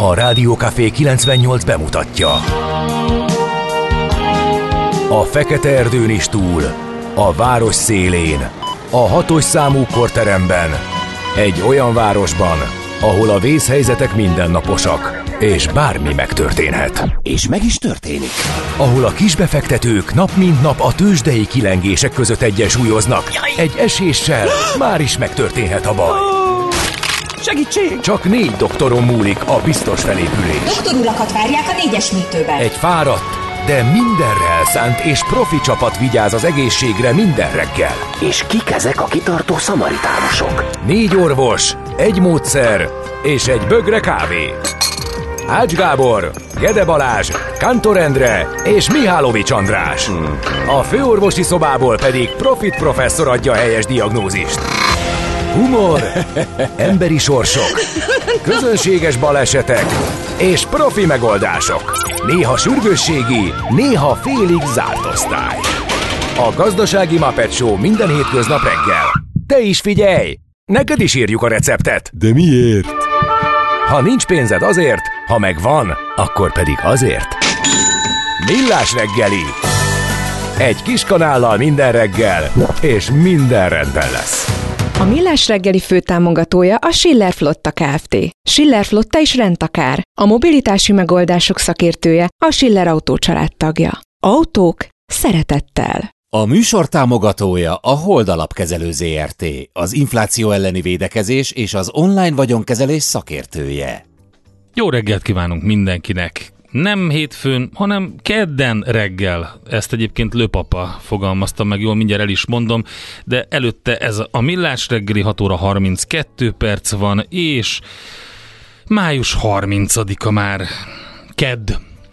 A Rádiókafé 98 bemutatja. A fekete erdőn is túl, a város szélén, a 6-os számú korteremben, egy olyan városban, ahol a vészhelyzetek mindennaposak, és bármi megtörténhet. És meg is történik. Ahol a kisbefektetők nap mint nap a tőzsdei kilengések között egyensúlyoznak. Egy eséssel már is megtörténhet a baj. Segítség! Csak 4 doktoron múlik a biztos felépülés. Doktor urakat várják a 4-es műtőben. Egy fáradt, de mindenre elszánt és profi csapat vigyáz az egészségre minden reggel. És kik ezek a kitartó szamaritánusok? 4 orvos, egy módszer és egy bögre kávé. Ács Gábor, Gede Balázs, Kantor Endre és Mihálovics András. A főorvosi szobából pedig Profit professzor adja a helyes diagnózist. Humor, emberi sorsok, közönséges balesetek és profi megoldások. Néha sürgősségi, néha félig zárt osztály. A Gazdasági Muppet Show minden hétköznap reggel. Te is figyelj! Neked is írjuk a receptet. De miért? Ha nincs pénzed azért, ha megvan, akkor pedig azért. Millás reggeli. Egy kis kanállal minden reggel, és minden rendben lesz. A Millás reggeli főtámogatója a Schiller Flotta Kft. Schiller Flotta is rendtakár. A mobilitási megoldások szakértője, a Schiller Autó család tagja. Autók szeretettel. A műsor támogatója a Hold Alapkezelő Zrt., az infláció elleni védekezés és az online vagyonkezelés szakértője. Jó reggelt kívánunk mindenkinek! Nem hétfőn, hanem kedden reggel. Ezt egyébként Lőpapa fogalmazta meg, jól mindjárt el is mondom, de előtte ez a Millás reggeli 6 óra 32 perc van, és május 30-a már kedd.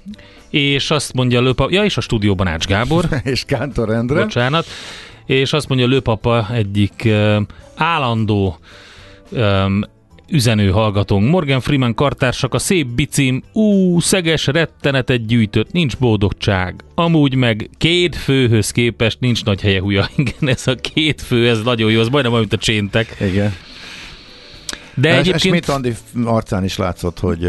És azt mondja Lőpapa, és a stúdióban Ács Gábor. És Kántor Endre. Bocsánat. És azt mondja Lőpapa egyik állandó üzenő hallgatónk. Morgan Freeman kartársak, a szép bicim, szeges rettenetet gyűjtött, nincs boldogság. Amúgy meg 2 főhöz képest nincs nagy helye húja. Igen, ez a 2 fő, ez nagyon jó, az majdnem olyan, mint a cséntek. Igen. De egyébként... Schmidt Andi arcán is látszott, hogy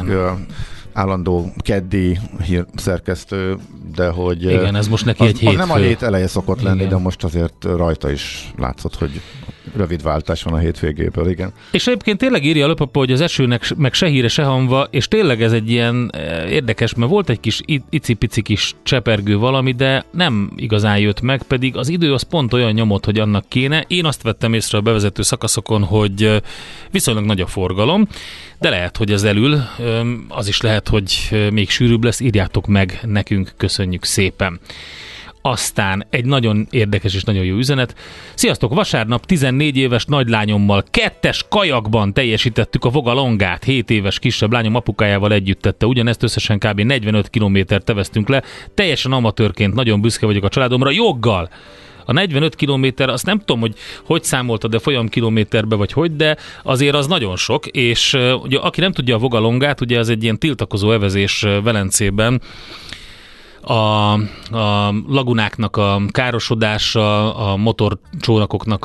állandó keddi hírszerkesztő, de hogy... Igen, ez most neki egy hétfő. Nem a hét eleje szokott lenni, igen. De most azért rajta is látszott, hogy rövid váltás van a hétvégéből, igen. És egyébként tényleg írja a Lőpapa, hogy az esőnek meg se híre, se hamva, és tényleg ez egy ilyen érdekes, mert volt egy kis icipici kis csepergő valami, de nem igazán jött meg, pedig az idő az pont olyan nyomot, hogy annak kéne. Én azt vettem észre a bevezető szakaszokon, hogy viszonylag nagy a forgalom, de lehet, hogy ez elül, az is lehet, hogy még sűrűbb lesz, írjátok meg nekünk, köszönjük szépen. Aztán egy nagyon érdekes és nagyon jó üzenet. Sziasztok! Vasárnap 14 éves nagylányommal 2-es kajakban teljesítettük a Vogalongát. 7 éves kisebb lányom apukájával együtt tette. Ugyanezt összesen kb. 45 kilométert teveztünk le. Teljesen amatőrként nagyon büszke vagyok a családomra. Joggal! A 45 kilométer, azt nem tudom, hogy számoltad, de folyam kilométerbe vagy hogy, de azért az nagyon sok, és ugye, aki nem tudja a Vogalongát, ugye ez egy ilyen tiltakozó evezés Velencében, a lagunáknak a károsodása, a motorcsónakoknak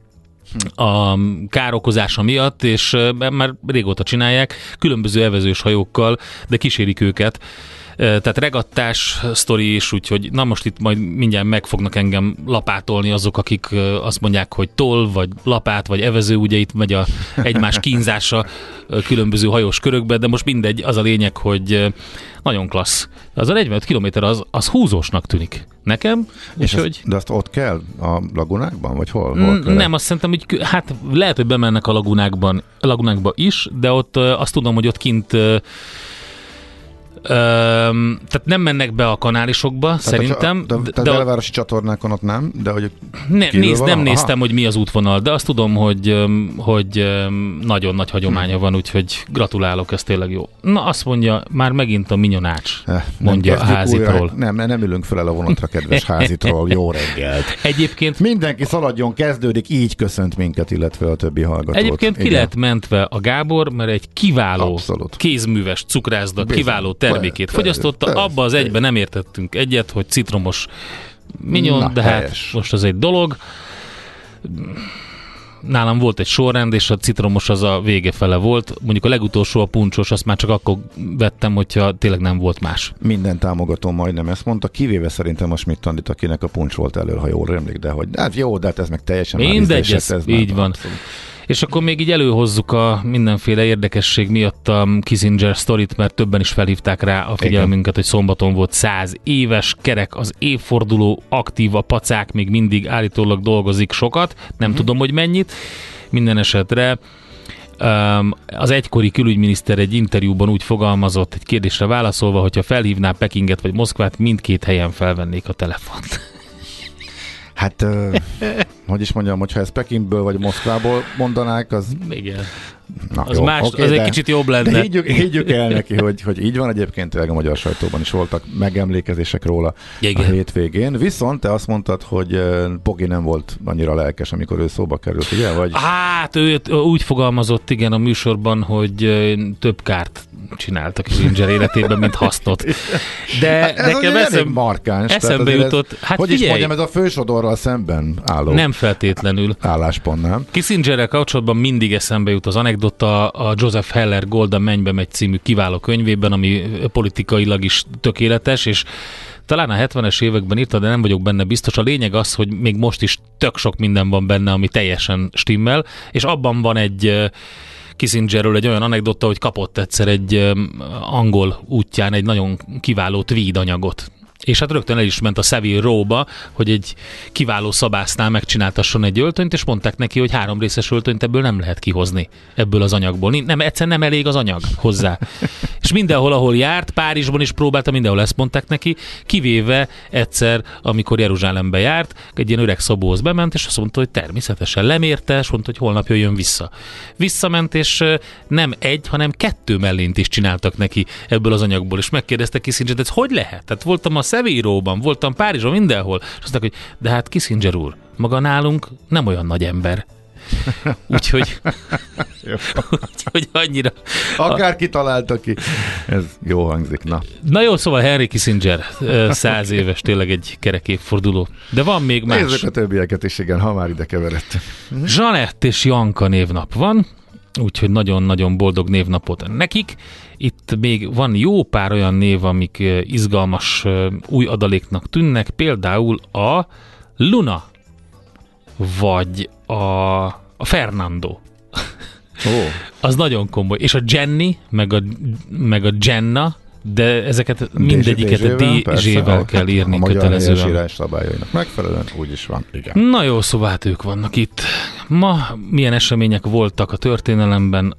a károkozása miatt, és már régóta csinálják, különböző evezős hajókkal, de kísérik őket. Tehát regattás sztori is, úgyhogy na most itt majd mindjárt meg fognak engem lapátolni azok, akik azt mondják, hogy toll, vagy lapát, vagy evező, ugye itt megy a egymás kínzása különböző hajós körökbe, de most mindegy, az a lényeg, hogy nagyon klassz. Az a 45 kilométer az húzósnak tűnik nekem. És hogy... De azt ott kell a lagunákban, vagy hol nem, azt szerintem, hogy hát lehet, hogy bemennek a lagunákba is, de ott azt tudom, hogy ott kint tehát nem mennek be a kanálisokba, tehát szerintem. De belvárosi csatornákon ott nem, de hogy nem néztem, hogy mi az útvonal, de azt tudom, hogy nagyon nagy hagyománya van, úgyhogy gratulálok, ez tényleg jó. Na, azt mondja, már megint a minyonács, mondja a házitról. Nem ülünk fel el a vonatra, kedves házitról. Jó reggelt. Egyébként mindenki szaladjon, kezdődik, így köszönt minket, illetve a többi hallgatót. Egyébként ki lehet mentve a Gábor, mert egy kiváló kézműves cukrászda, kiváló termékét fogyasztotta, abba az egyben nem értettünk egyet, hogy citromos mignon, de hát most az egy dolog. nálam volt egy sorrend, és a citromos az a vége fele volt. Mondjuk a legutolsó a puncsos, azt már csak akkor vettem, hogyha tényleg nem volt más. Minden támogató majdnem ezt mondta, kivéve szerintem a Schmidt-Andit, akinek a puncs volt elől, ha jól emlék, de hogy hát jó, de hát ez meg teljesen mindegy, ez így van. Abszolút. És akkor még így előhozzuk a mindenféle érdekesség miatt a Kissinger sztorit, mert többen is felhívták rá a figyelmünket, hogy szombaton volt 100 éves, kerek az évforduló, aktív a pacák, még mindig állítólag dolgozik sokat, nem tudom, hogy mennyit. Minden esetre az egykori külügyminiszter egy interjúban úgy fogalmazott, egy kérdésre válaszolva, hogyha felhívná Pekinget vagy Moszkvát, mindkét helyen felvennék a telefont. Hát, hogy is mondjam, hogyha ezt Pekingből vagy Moszkvából mondanák, az... Igen. Na, az jó, más, okay, az egy kicsit jobb lenne. De higgyük el neki, hogy így van. Egyébként tényleg a magyar sajtóban is voltak megemlékezések róla a hétvégén. Viszont te azt mondtad, hogy Bogi nem volt annyira lelkes, amikor ő szóba került, ugye? Vagy... Hát ő úgy fogalmazott, igen, a műsorban, hogy több kárt csináltak Kissinger életében, mint hasznot. De nekem markáns. Eszembe jutott. Hát hogy is mondjam, ez a fősodorral szemben álló. Nem feltétlenül. Álláspont, nem? Kissingerrel kapcsolatban mindig eszembe jut az anekdota a Joseph Heller Gold a mennybe megy című kiváló könyvében, ami politikailag is tökéletes, és talán a 70-es években írta, de nem vagyok benne biztos. A lényeg az, hogy még most is tök sok minden van benne, ami teljesen stimmel, és abban van egy Kissingerről egy olyan anekdota, hogy kapott egyszer egy angol útján egy nagyon kiváló tweed anyagot. És hát rögtön el is ment a Savile Row-ba, hogy egy kiváló szabásznál megcsináltasson egy öltönyt, és mondták neki, hogy 3 részes öltönyt ebből nem lehet kihozni ebből az anyagból. Egyszerűen nem elég az anyag hozzá. És mindenhol, ahol járt, Párizsban is próbálta, mindenhol ezt mondták neki, kivéve egyszer, amikor Jeruzsálembe járt, egy ilyen öreg szabóhoz bement, és azt mondta, hogy természetesen lemérte, és mondta, hogy holnap jöjjön vissza. Visszament, és nem 1, hanem 2 mellényt is csináltak neki ebből az anyagból, és megkérdezte Kissinger, ez hogy lehet? Tehát voltam a Savile Row-ban, voltam Párizsban, mindenhol, és azt mondták, hogy de hát Kissinger úr, maga nálunk nem olyan nagy ember. Úgyhogy annyira... Akár kitalálta ki. Ez jó hangzik, na. Na jó, szóval Henry Kissinger, 100 éves, tényleg egy kerek évforduló. De van még más. Nézzük a többieket is, igen, ha már ide keveredtünk. Zsanett és Janka névnap van, úgyhogy nagyon-nagyon boldog névnapot nekik. Itt még van jó pár olyan név, amik izgalmas új adaléknak tűnnek, például a Luna, vagy a Fernando. Az nagyon komoly. És a Jenny, meg a Jenna, de ezeket mindegyiket a DZ-vel kell írni a magyar kötelezően. A magyar írás szabályainak megfelelően úgy is van. Igen. Na jó, szóval hát ők vannak itt. Ma milyen események voltak a történelemben?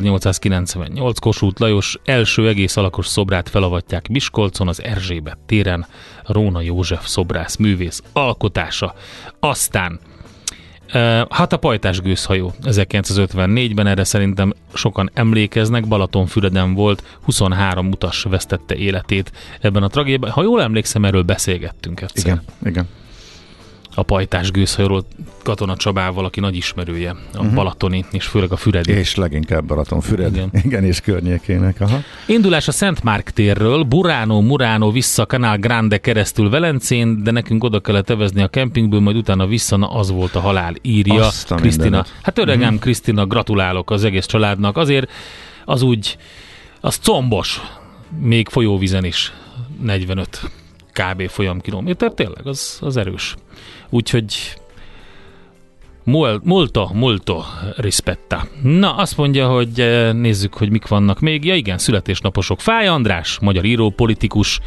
1898 Kossuth Lajos első egész alakos szobrát felavatják Miskolcon, az Erzsébet téren, Róna József szobrász művész alkotása. Aztán hát a pajtás gőzhajó 1954-ben, erre szerintem sokan emlékeznek, Balatonfüreden volt, 23 utas vesztette életét ebben a tragédiában. Ha jól emlékszem, erről beszélgettünk egyszer. Igen. A pajtás gőzhajóról Katona Csabával, aki nagy ismerője a balatoni, és főleg a füredi. És leginkább Balatonfüred. Igen, és környékének. Aha. Indulás a Szent Márk térről, Murano vissza Canal Grande keresztül Velencén, de nekünk oda kellett evezni a kempingből, majd utána vissza, na az volt a halál, írja Krisztina. Hát öregem Krisztina, gratulálok az egész családnak. Azért az combos, még folyóvízen is 45 kb. Folyamkilométer, tényleg, az erős. Úgyhogy molto rispetta. Na, azt mondja, hogy nézzük, hogy mik vannak még. Ja igen, születésnaposok. Fáy András, magyar író, politikus,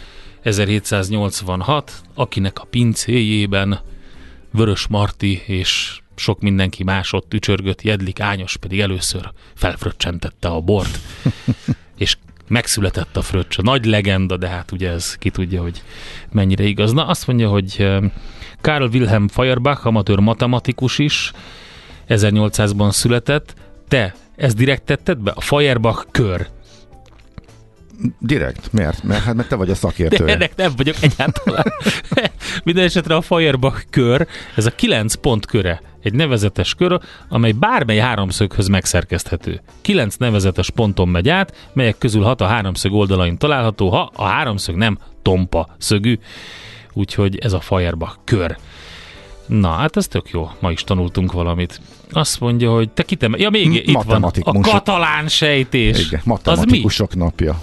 1786, akinek a pincéjében Vörös Marti és sok mindenki más ott ücsörgött, Jedlik Ányos pedig először felfröccsentette a bort, és megszületett a fröccs. Nagy legenda, de hát ugye ez ki tudja, hogy mennyire igaz. Na, azt mondja, hogy Karl Wilhelm Feuerbach, amatőr matematikus is, 1800-ban született. Te ezt direkt tetted be? A Feuerbach kör. Direkt? Miért? Mert te vagy a szakértője. Ennek nem vagyok egyáltalán. Minden esetre a Feuerbach kör, ez a 9 pont köre. Egy nevezetes kör, amely bármely háromszöghöz megszerkeszthető. 9 nevezetes ponton megy át, melyek közül 6 a háromszög oldalain található, ha a háromszög nem tompa szögű. Úgyhogy ez a Feuerbach kör. Na, hát ez tök jó. Ma is tanultunk valamit. Azt mondja, hogy te ja, még itt van a katalán sejtés. Igen, matematikusok napja.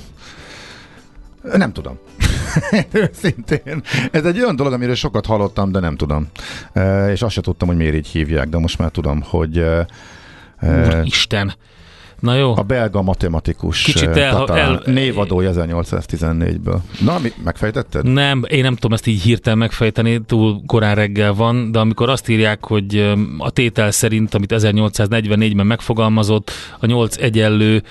Nem tudom. Őszintén. Ez egy olyan dolog, amiről sokat hallottam, de nem tudom. És azt se tudtam, hogy miért így hívják, de most már tudom, hogy... Úristen! Na jó. A belga matematikus katalán névadója 1814-ből. Na, megfejtetted? Nem, én nem tudom ezt így hirtelen megfejteni, túl korán reggel van, de amikor azt írják, hogy a tétel szerint, amit 1844-ben megfogalmazott, a 8 egyenlő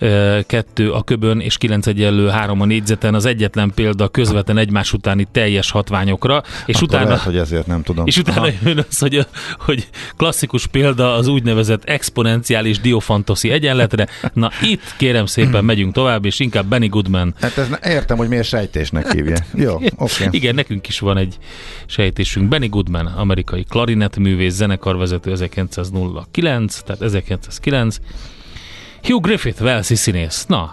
2 a köbön és 9 egyenlő 3 a négyzeten az egyetlen példa közvetlen egymás utáni teljes hatványokra. És akkor utána, lehet, hogy ezért nem tudom. És utána jön az, hogy klasszikus példa az úgynevezett exponenciális Diophantosi egyenletre. Na itt kérem szépen megyünk tovább, és inkább Benny Goodman. Hát értem, hogy miért sejtésnek hívják. Jó, oké. Igen, nekünk is van egy sejtésünk. Benny Goodman, amerikai klarinetművész, zenekarvezető 1909, tehát 1909. Hugh Griffith, walesi színész. Na,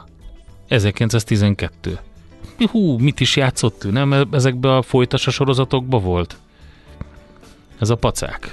1912. Mit is játszott ő? Nem ezekben a folytasa sorozatokban volt? Ez a pacák.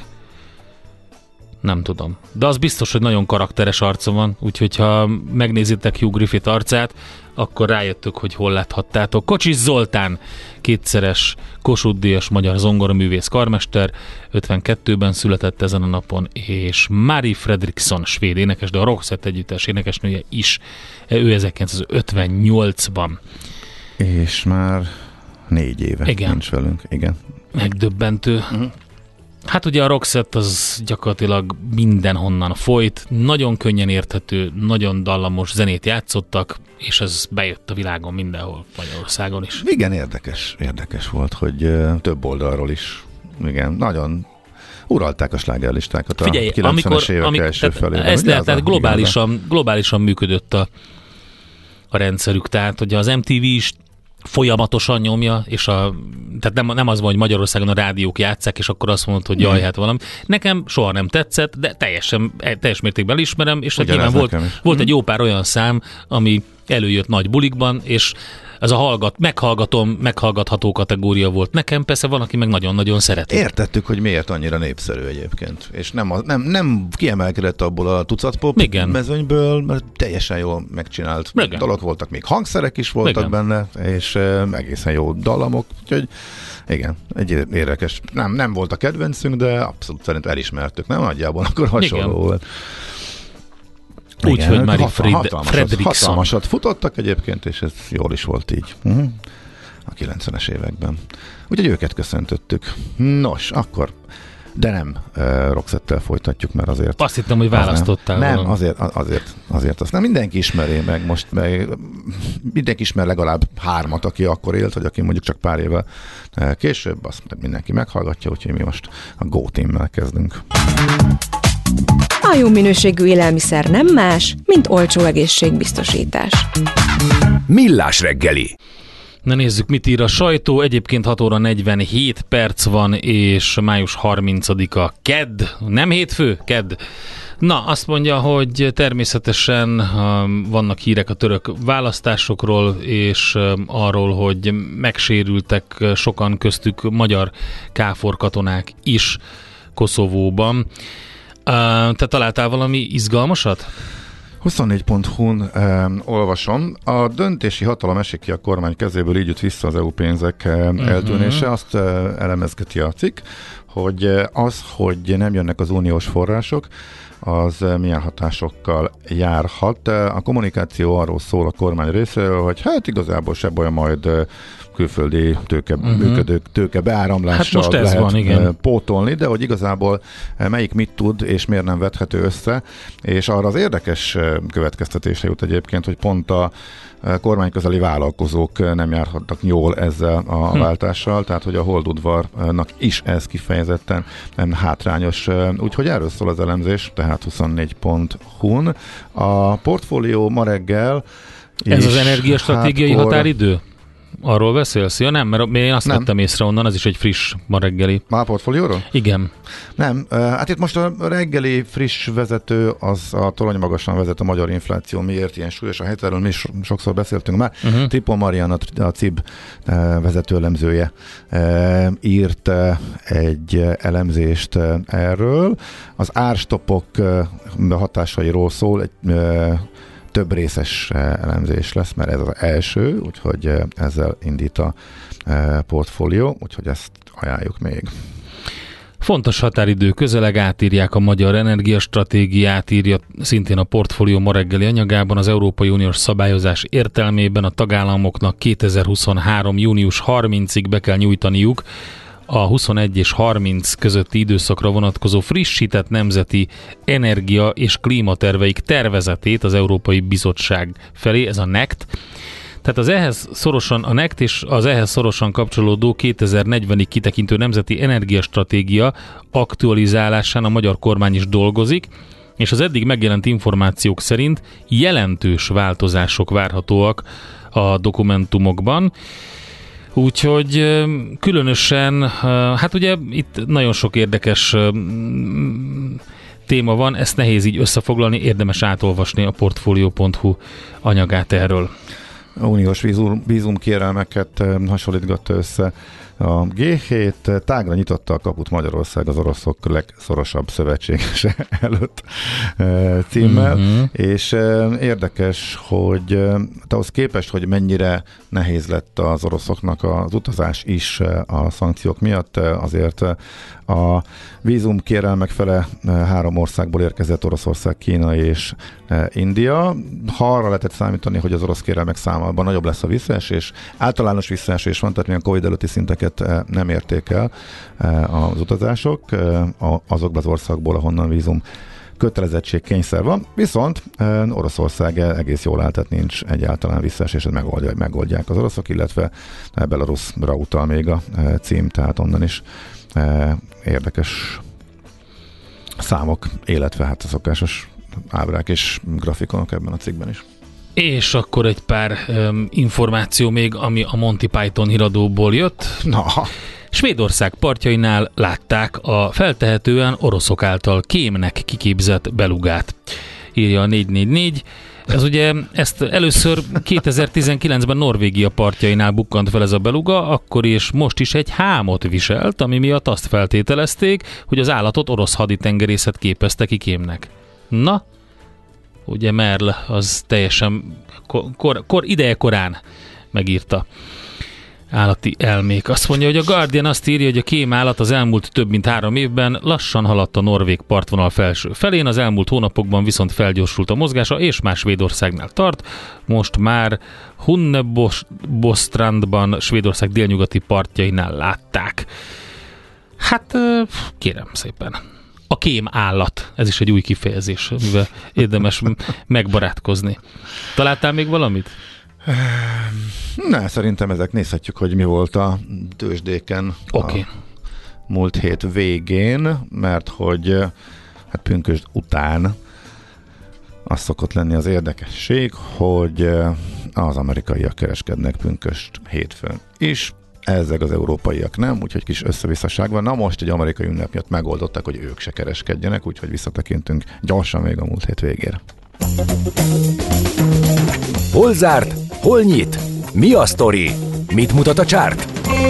Nem tudom. De az biztos, hogy nagyon karakteres arca van, úgyhogy ha megnézitek Hugh Griffith arcát, akkor rájöttök, hogy hol láthattátok. Kocsis Zoltán, kétszeres Kossuth-díjas magyar zongoraművész karmester, 52-ben született ezen a napon, és Mari Fredriksson, svéd énekes, de a Roxette együttes énekesnője is. Ő 1958-ban. És már 4 éve nincs velünk. Igen. Megdöbbentő. Hát ugye a Roxette az gyakorlatilag mindenhonnan folyt, nagyon könnyen érthető, nagyon dallamos zenét játszottak, és ez bejött a világon mindenhol, Magyarországon is. Igen, érdekes volt, hogy több oldalról is, igen, nagyon uralták a slágerlistákat a 90-es évek első felében. Ez lehet, tehát globálisan működött a rendszerük, tehát hogy az MTV is folyamatosan nyomja, és tehát nem az van, hogy Magyarországon a rádiók játsszák, és akkor azt mondod, hogy jaj, hát valami. Nekem soha nem tetszett, de teljes mértékben ismerem, és nyilván volt egy jó pár olyan szám, ami előjött nagy bulikban, és ez a meghallgatható kategória volt nekem, persze van, aki meg nagyon-nagyon szereti. Értettük, hogy miért annyira népszerű egyébként, és nem kiemelkedett abból a tucatpop mezőnyből, mert teljesen jól megcsinált dolog voltak, még hangszerek is voltak benne, és egészen jó dallamok, úgyhogy igen, egy érdekes, nem volt a kedvencünk, de abszolút szerintem elismertük, nem nagyjából, akkor hasonló volt. Úgyhogy Mari Fredriksson. Hatalmasat futottak egyébként, és ez jól is volt így. A 90-es években. Úgyhogy őket köszöntöttük. Nos, akkor, de nem Roxette-tel folytatjuk, mert azért... Azt hittem, hogy választottál. Nem, azért azt nem mindenki ismeri meg most, mindenki ismer legalább 3, aki akkor élt, vagy aki mondjuk csak pár évvel később, azt mindenki meghallgatja, úgyhogy mi most a Go Team-mel kezdünk. A jó minőségű élelmiszer nem más, mint olcsó egészségbiztosítás. Millás reggeli. Na nézzük, mit ír a sajtó. Egyébként 6 óra 47 perc van, és május 30-a kedd. Nem hétfő? Kedd. Na, azt mondja, hogy természetesen vannak hírek a török választásokról, és arról, hogy megsérültek sokan, köztük magyar KFOR katonák is Koszovóban. Te találtál valami izgalmasat? 24.hu-n olvasom. A döntési hatalom esik ki a kormány kezéből, így jut vissza az EU pénzek eltűnése. Azt elemezgeti a cikk, hogy hogy nem jönnek az uniós források, az milyen hatásokkal járhat. A kommunikáció arról szól a kormány részéről, hogy hát igazából se baj, majd külföldi tőke beáramlással hát lehet van, igen, pótolni, de hogy igazából melyik mit tud, és miért nem vethető össze, és arra az érdekes következtetése jut egyébként, hogy pont a kormányközeli vállalkozók nem járhatnak jól ezzel a váltással, tehát hogy a holdudvarnak is ez kifejezetten hátrányos. Úgyhogy erről szól az elemzés, tehát 24.hu-n. A portfólió ma reggel ez az energiastratégiai határidő? Arról beszélsz? Ja nem, mert én azt vettem észre onnan, az is egy friss ma reggeli. Már portfólióról? Igen. Nem, hát itt most a reggeli friss vezető, az a torony magasan vezet a magyar infláció. Miért ilyen súlyos a helyzet? Erről mi is sokszor beszéltünk már. Tripon Marian, a CIB vezető elemzője írt egy elemzést erről. Az árstopok hatásairól szól, egy több részes elemzés lesz, mert ez az első, úgyhogy ezzel indít a portfólió, úgyhogy ezt ajánljuk még. Fontos határidő közeleg, átírják a magyar energiastratégiát, írja szintén a portfólió ma reggeli anyagában. Az Európai Uniós szabályozás értelmében a tagállamoknak 2023. június 30-ig be kell nyújtaniuk a 21 és 30 közötti időszakra vonatkozó frissített nemzeti energia- és klímaterveik tervezetét az Európai Bizottság felé, ez a NECT. Tehát az ehhez szorosan, a NECT és az ehhez szorosan kapcsolódó 2040-ig kitekintő nemzeti energiastratégia aktualizálásán a magyar kormány is dolgozik, és az eddig megjelent információk szerint jelentős változások várhatóak a dokumentumokban. Úgyhogy különösen, hát ugye itt nagyon sok érdekes téma van, ezt nehéz így összefoglalni, érdemes átolvasni a portfolio.hu anyagát erről. Uniós vízumkérelmeket hasonlítgatta össze a G7, tágra nyitotta a kaput Magyarország az oroszok legszorosabb szövetségese előtt címmel, és érdekes, hogy ahhoz képest, hogy mennyire nehéz lett az oroszoknak az utazás is a szankciók miatt, azért a vízumkérelmek fele 3 országból érkezett, Oroszország, Kína és India. Ha arra lehetett számítani, hogy az orosz kérelmek számában nagyobb lesz a visszaesés, általános visszaesés van, tehát milyen Covid előtti szinteket nem érték el az utazások azokban az országból, ahonnan vízum kötelezettség, kényszer van, viszont Oroszország egész jól áll, tehát nincs egyáltalán visszaesés, megoldják az oroszok, illetve Belarusra utal még a cím, tehát onnan is érdekes számok, illetve hát a szokásos ábrák és grafikonok ebben a cikkben is. És akkor egy pár információ még, ami a Monty Python híradóból jött. Na. Svédország partjainál látták a feltehetően oroszok által kémnek kiképzett belugát, írja a 444. Ez ugye, ezt először 2019-ben Norvégia partjainál bukkant fel ez a beluga, akkor és most is egy hámot viselt, ami miatt azt feltételezték, hogy az állatot orosz haditengerészet képezte ki kémnek. Na, ugye Merl az teljesen ideje korán megírta. Állati elmék. Azt mondja, hogy a Guardian azt írja, hogy a kém állat az elmúlt több mint 3 évben lassan haladt a norvég partvonal felső felén, az elmúlt hónapokban viszont felgyorsult a mozgása, és más Svédországnál tart. Most már Hunnebostrandban, Svédország délnyugati partjainál látták. Hát, kérem szépen. A kém állat. Ez is egy új kifejezés, amivel érdemes megbarátkozni. Találtál még valamit? Ne, szerintem ezek nézhetjük, hogy mi volt a tőzsdéken a múlt hét végén, mert hogy hát pünkösd után az szokott lenni az érdekesség, hogy az amerikaiak kereskednek pünkösd hétfőn is, ezek az európaiak nem, úgyhogy kis összevisszaság van. Na most egy amerikai ünnep miatt megoldották, hogy ők se kereskedjenek, úgyhogy visszatekintünk gyorsan még a múlt hét végére. Hol zárt? Hol nyit? Mi a sztori? Mit mutat a csárt?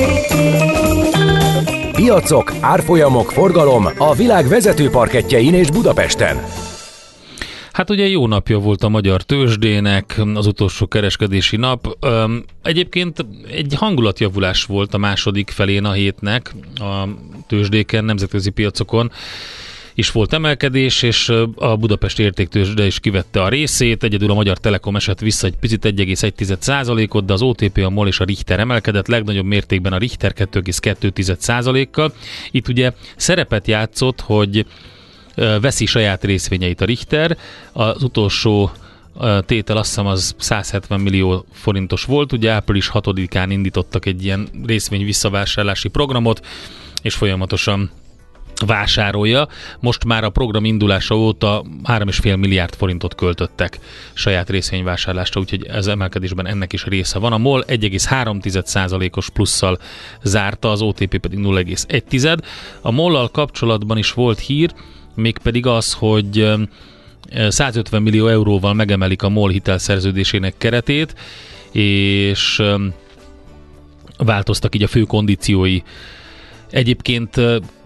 Piacok, árfolyamok, forgalom a világ vezető parkettjein és Budapesten. Hát ugye jó napja volt a magyar tőzsdének, az utolsó kereskedési nap. Egyébként egy hangulatjavulás volt a második felén a hétnek a tőzsdéken, nemzetközi piacokon is volt emelkedés, és a Budapesti Értéktőzsde is kivette a részét. Egyedül a Magyar Telekom esett vissza egy picit 1,1%-ot, de az OTP, a MOL és a Richter emelkedett, legnagyobb mértékben a Richter 2,2%-kal. Itt ugye szerepet játszott, hogy veszi saját részvényeit a Richter. Az utolsó tétel azt hiszem az 170 millió forintos volt, ugye április 6-án indítottak egy ilyen részvény visszavásárlási programot, és folyamatosan vásárolja. Most már a program indulása óta 3,5 milliárd forintot költöttek saját részvényvásárlásra, úgyhogy ez emelkedésben ennek is része van. A MOL 1,3%-os plusszal zárta, az OTP pedig 0,1. A MOL-lal kapcsolatban is volt hír, mégpedig az, hogy 150 millió euróval megemelik a MOL hitelszerződésének keretét, és változtak így a fő kondíciói. Egyébként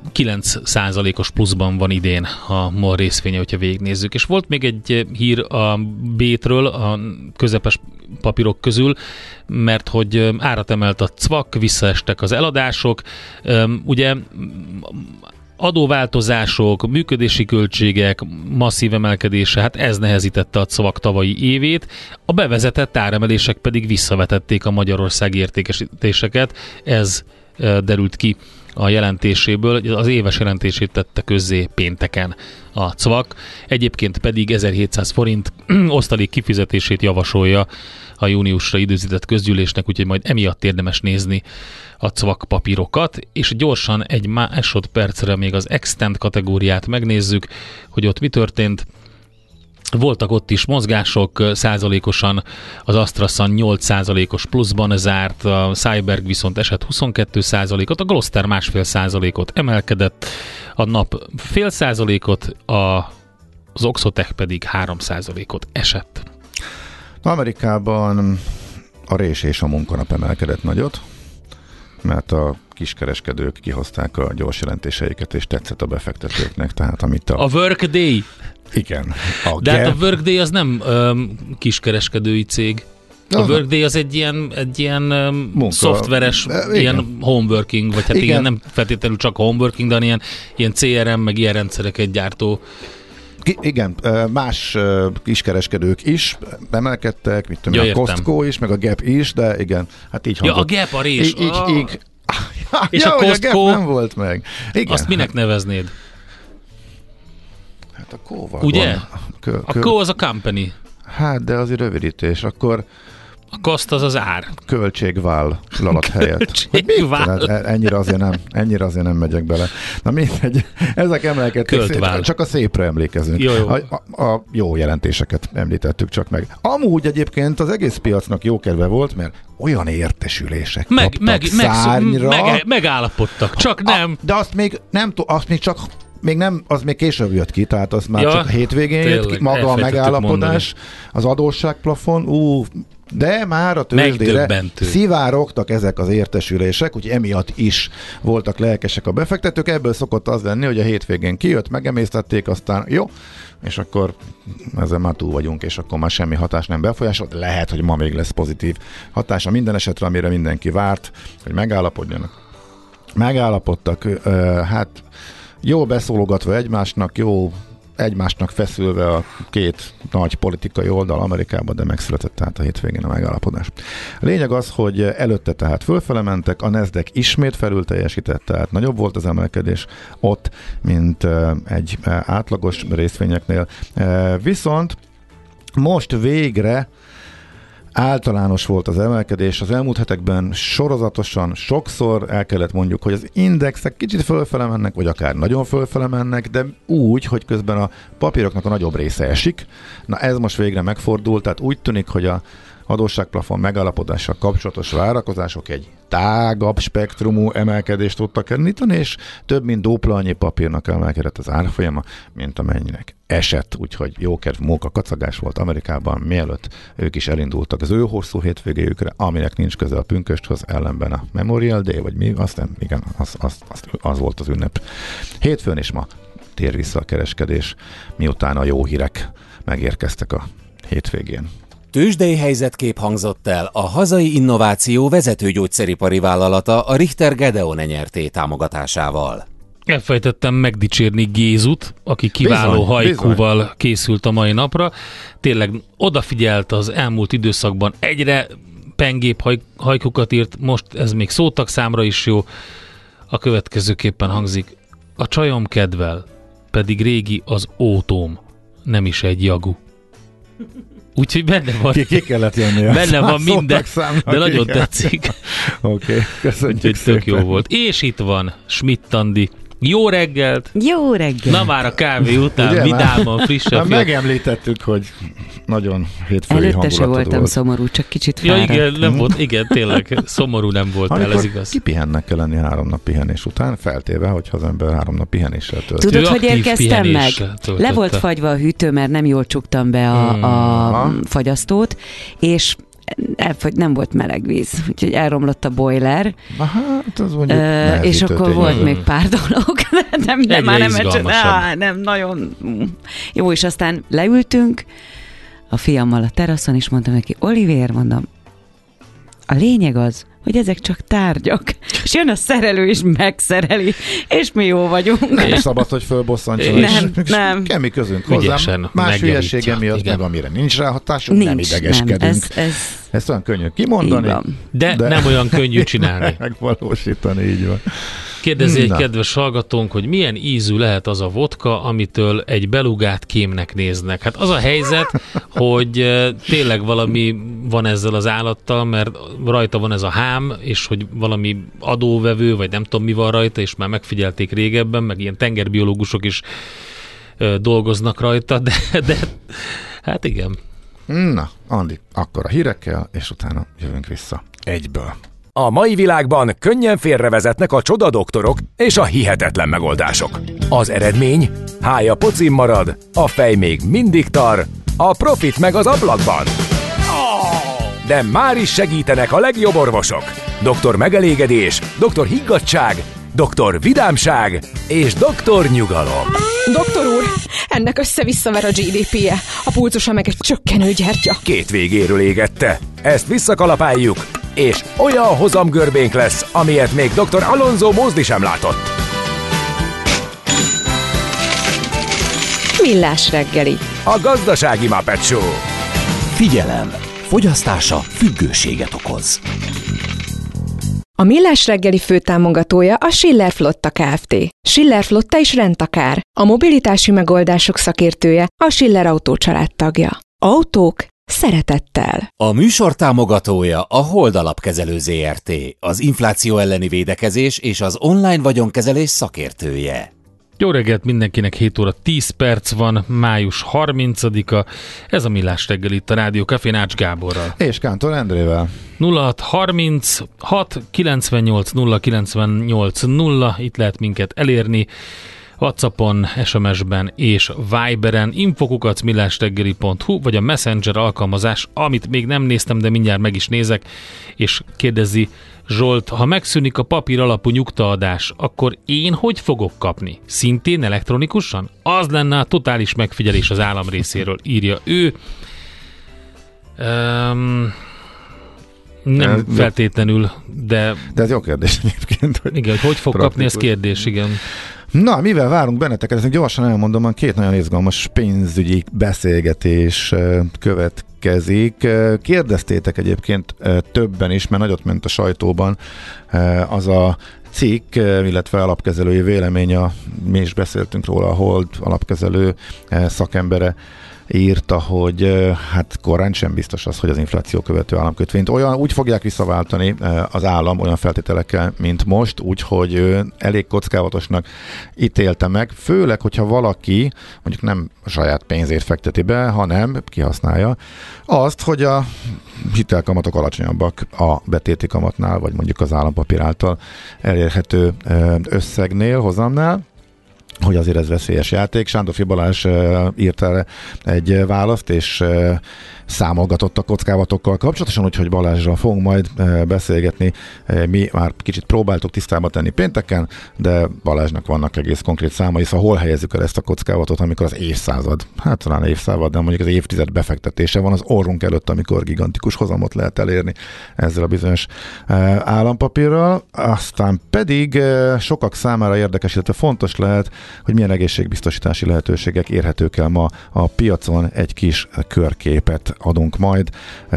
9%-os pluszban van idén a MOL részvénye, hogyha végignézzük. És volt még egy hír a B-tről, a közepes papírok közül, mert hogy árat emelt a CVAK, visszaestek az eladások. Ugye adóváltozások, működési költségek masszív emelkedése, hát ez nehezítette a CVAK tavalyi évét, a bevezetett áremelések pedig visszavetették a magyarországi értékesítéseket, ez derült ki a jelentéséből, az éves jelentését tette közzé pénteken a CVAK, egyébként pedig 1700 forint osztalék kifizetését javasolja a júniusra időzített közgyűlésnek, úgyhogy majd emiatt érdemes nézni a CVAK papírokat, és gyorsan egy másodpercre még az Extend kategóriát megnézzük, hogy ott mi történt. Voltak ott is mozgások, százalékosan az AstraZan 8%-os pluszban zárt, a Cyberg viszont esett 22%-ot, a Gloster 1,5%-ot emelkedett, a NAP 0,5%-ot, az Oxotec pedig 3%-ot esett. Amerikában a rés és a munkanap emelkedett nagyot, mert a kiskereskedők kihozták a gyors jelentéseiket, és tetszett a befektetőknek, tehát amit a Workday. Igen. De hát a Workday az nem kiskereskedői cég. A Workday az egy ilyen szoftveres, ilyen homeworking, vagy hát igen, nem feltétlenül csak homeworking, de ilyen CRM, meg ilyen rendszereket gyártó. Igen, más kiskereskedők is emelkedtek, mit tudom, a Costco is, meg a Gap is, de igen, hát így hangzott. Ja, a Gap a rés. És a Costco a nem volt meg. Igen. Azt minek neveznéd? Hát a Co-val ugye? A Co az a company. Hát, de azért rövidítés. Akkor a cost az ár. Költségvál lalat helyett. Ennyire azért nem megyek bele. Na mindegy, ezek emelkedtek. Csak a szépre emlékezünk. Jó. A jó jelentéseket említettük csak meg. Amúgy egyébként az egész piacnak jó kedve volt, mert olyan értesülések kaptak szárnyra. Megállapodtak, csak nem. De azt még később jött ki, tehát az már csak hétvégén jött ki, maga a megállapodás, az adósságplafon, de már a tőzsdére szivárogtak ezek az értesülések, úgyhogy emiatt is voltak lelkesek a befektetők. Ebből szokott az lenni, hogy a hétvégén kijött, megemésztették, aztán jó, és akkor ezzel már túl vagyunk, és akkor már semmi hatás nem befolyásolt. Lehet, hogy ma még lesz pozitív hatása minden esetre, amire mindenki várt, hogy megállapodjanak. Megállapodtak, hát jó beszólogatva egymásnak feszülve a két nagy politikai oldal Amerikában, de megszületett tehát a hétvégén a megállapodás. A lényeg az, hogy előtte tehát fölfele mentek, a Nasdaq ismét felül teljesített, tehát nagyobb volt az emelkedés ott, mint egy átlagos részvényeknél. Viszont most végre általános volt az emelkedés. Az elmúlt hetekben sorozatosan, sokszor el kellett mondjuk, hogy az indexek kicsit fölfele mennek, vagy akár nagyon fölfele mennek, de úgy, hogy közben a papíroknak a nagyobb része esik. Na ez most végre megfordult, tehát úgy tűnik, hogy a adósságplafon megállapodással kapcsolatos várakozások egy tágabb spektrumú emelkedést tudtak említeni, és több mint dupla annyi papírnak emelkedett az árfolyama, mint amennyinek esett, úgyhogy jókedv móka kacagás volt Amerikában, mielőtt ők is elindultak az ő hosszú hétvégéjükre, aminek nincs köze a pünkösthöz, ellenben a Memorial Day, vagy mi, azt nem, igen, az volt az ünnep. Hétfőn és ma tér vissza a kereskedés, miután a jó hírek megérkeztek a hétvégén. Tőzsdei helyzetkép hangzott el a hazai innováció vezető gyógyszeripari vállalata a Richter Gedeon NRT támogatásával. Elfejtettem megdicsérni Gézut, aki kiváló hajkúval készült a mai napra. Tényleg odafigyelt az elmúlt időszakban, egyre pengébb hajkukat írt, most ez még szótagszámra is jó. A következőképpen hangzik: a csajom kedvel, pedig régi az ótóm, nem is egy jagu. Úgyhogy benne van. Ki kellett jönni. Benne van minden, de nagyon tetszik. Oké, köszönjük úgyhogy tök jó volt. És itt van Schmidt Andi, Jó reggelt! Jó reggelt! Na már a kávé után, ugye, vidáman, frissebb. Megemlítettük, hogy nagyon hétfői előtte se voltam szomorú, csak kicsit fáradt. Ja, igen, nem volt, igen, tényleg, szomorú nem voltál, ez igaz. Kipihennek kell lenni 3 nap pihenés után, feltéve, hogyha az ember 3 nap pihenéssel tölt. Tudod, hogy érkeztem meg? Le volt fagyva a hűtő, mert nem jól csuktam be a fagyasztót, és nem volt meleg víz, úgyhogy elromlott a boiler. Hát az mondjuk és akkor volt még pár dolog, de már nem nagyon jó, és aztán leültünk a fiammal a teraszon, és mondtam neki, Olivér, mondom, a lényeg az, hogy ezek csak tárgyak, és jön a szerelő, és megszereli, és mi jó vagyunk. Nem szabad, hogy fölbosszantson. Nem. Semmi közünk hozzá. Más hülyesége miatt, meg amire nincs ráhatásunk, nem idegeskedünk. Ezt olyan könnyű kimondani. De nem olyan könnyű csinálni. Megvalósítani, így van. Kérdezi egy kedves hallgatónk, hogy milyen ízű lehet az a vodka, amitől egy belugát kémnek néznek. Hát az a helyzet, hogy tényleg valami van ezzel az állattal, mert rajta van ez a hám, és hogy valami adóvevő, vagy nem tudom mi van rajta, és már megfigyelték régebben, meg ilyen tengerbiológusok is dolgoznak rajta, de hát igen. Na, Andi, akkor a hírekkel, és utána jövünk vissza egyből. A mai világban könnyen félrevezetnek a csodadoktorok és a hihetetlen megoldások. Az eredmény? Hája pocim marad, a fej még mindig tar, a profit meg az ablakban. De már is segítenek a legjobb orvosok. Doktor megelégedés, doktor higgadtság, doktor vidámság és doktor nyugalom. Doktor úr, ennek össze-visszaver a GDP-je, a pulzusa meg egy csökkenő gyertya. 2 végéről égette. Ezt visszakalapáljuk, és olyan hozamgörbénk lesz, amilyet még dr. Alonso Mózdi sem látott. Millás reggeli. A gazdasági Muppet Show. Figyelem! Fogyasztása függőséget okoz. A Millás reggeli főtámogatója a Schiller Flotta Kft. Schiller Flotta is rendtakár. A mobilitási megoldások szakértője, a Schiller Autó családtagja. Autók szeretettel. A műsor támogatója a Hold Alapkezelő ZRT, az infláció elleni védekezés és az online vagyonkezelés szakértője. Jó reggelt mindenkinek, 7 óra 10 perc van, május 30-a. Ez a Millás reggel itt a Rádió Cafén Ács Gáborral. És Kántor Endrével. 0636 98 098 0, itt lehet minket elérni. WhatsAppon, SMS-ben és Viberen info@millásreggeli.hu, vagy a Messenger alkalmazás, amit még nem néztem, de mindjárt meg is nézek, és kérdezi Zsolt, ha megszűnik a papír alapú nyugtaadás, akkor én hogy fogok kapni? Szintén elektronikusan? Az lenne a totális megfigyelés az állam részéről, írja ő. Nem feltétlenül, de... De ez jó kérdés egyébként. Hogy igen, hogy fog kapni, ez kérdés, igen. Na, mivel várunk benneteket, ezt gyorsan elmondom, hogy 2 nagyon izgalmas pénzügyi beszélgetés következik. Kérdeztétek egyébként többen is, mert nagyot ment a sajtóban az a cikk, illetve alapkezelői véleménye, mi is beszéltünk róla, a Hold alapkezelő szakembere írta, hogy hát korán sem biztos az, hogy az infláció követő államkötvényt úgy fogják visszaváltani az állam olyan feltételekkel, mint most, úgyhogy ő elég kockávatosnak ítélte meg, főleg, hogyha valaki mondjuk nem a saját pénzét fekteti be, hanem kihasználja azt, hogy a hitelkamatok alacsonyabbak a betéti kamatnál, vagy mondjuk az állampapír által elérhető összegnél, hozamnál, hogy azért ez veszélyes játék. Sándorfi Balázs írt erre egy választ, és számolgatott a kockázatokkal kapcsolatosan, úgyhogy Balázsral fogunk majd beszélgetni. Mi már kicsit próbáltuk tisztába tenni pénteken, de Balázsnak vannak egész konkrét számai, szóval hol helyezzük el ezt a kockázatot, amikor az évszázad, hát talán évszázad, de mondjuk az évtized befektetése van az orrunk előtt, amikor gigantikus hozamot lehet elérni ezzel a bizonyos állampapírral. Aztán pedig sokak számára érdekes, illetve fontos lehet, hogy milyen egészségbiztosítási lehetőségek érhetők el ma a piacon. Egy kis körképet adunk majd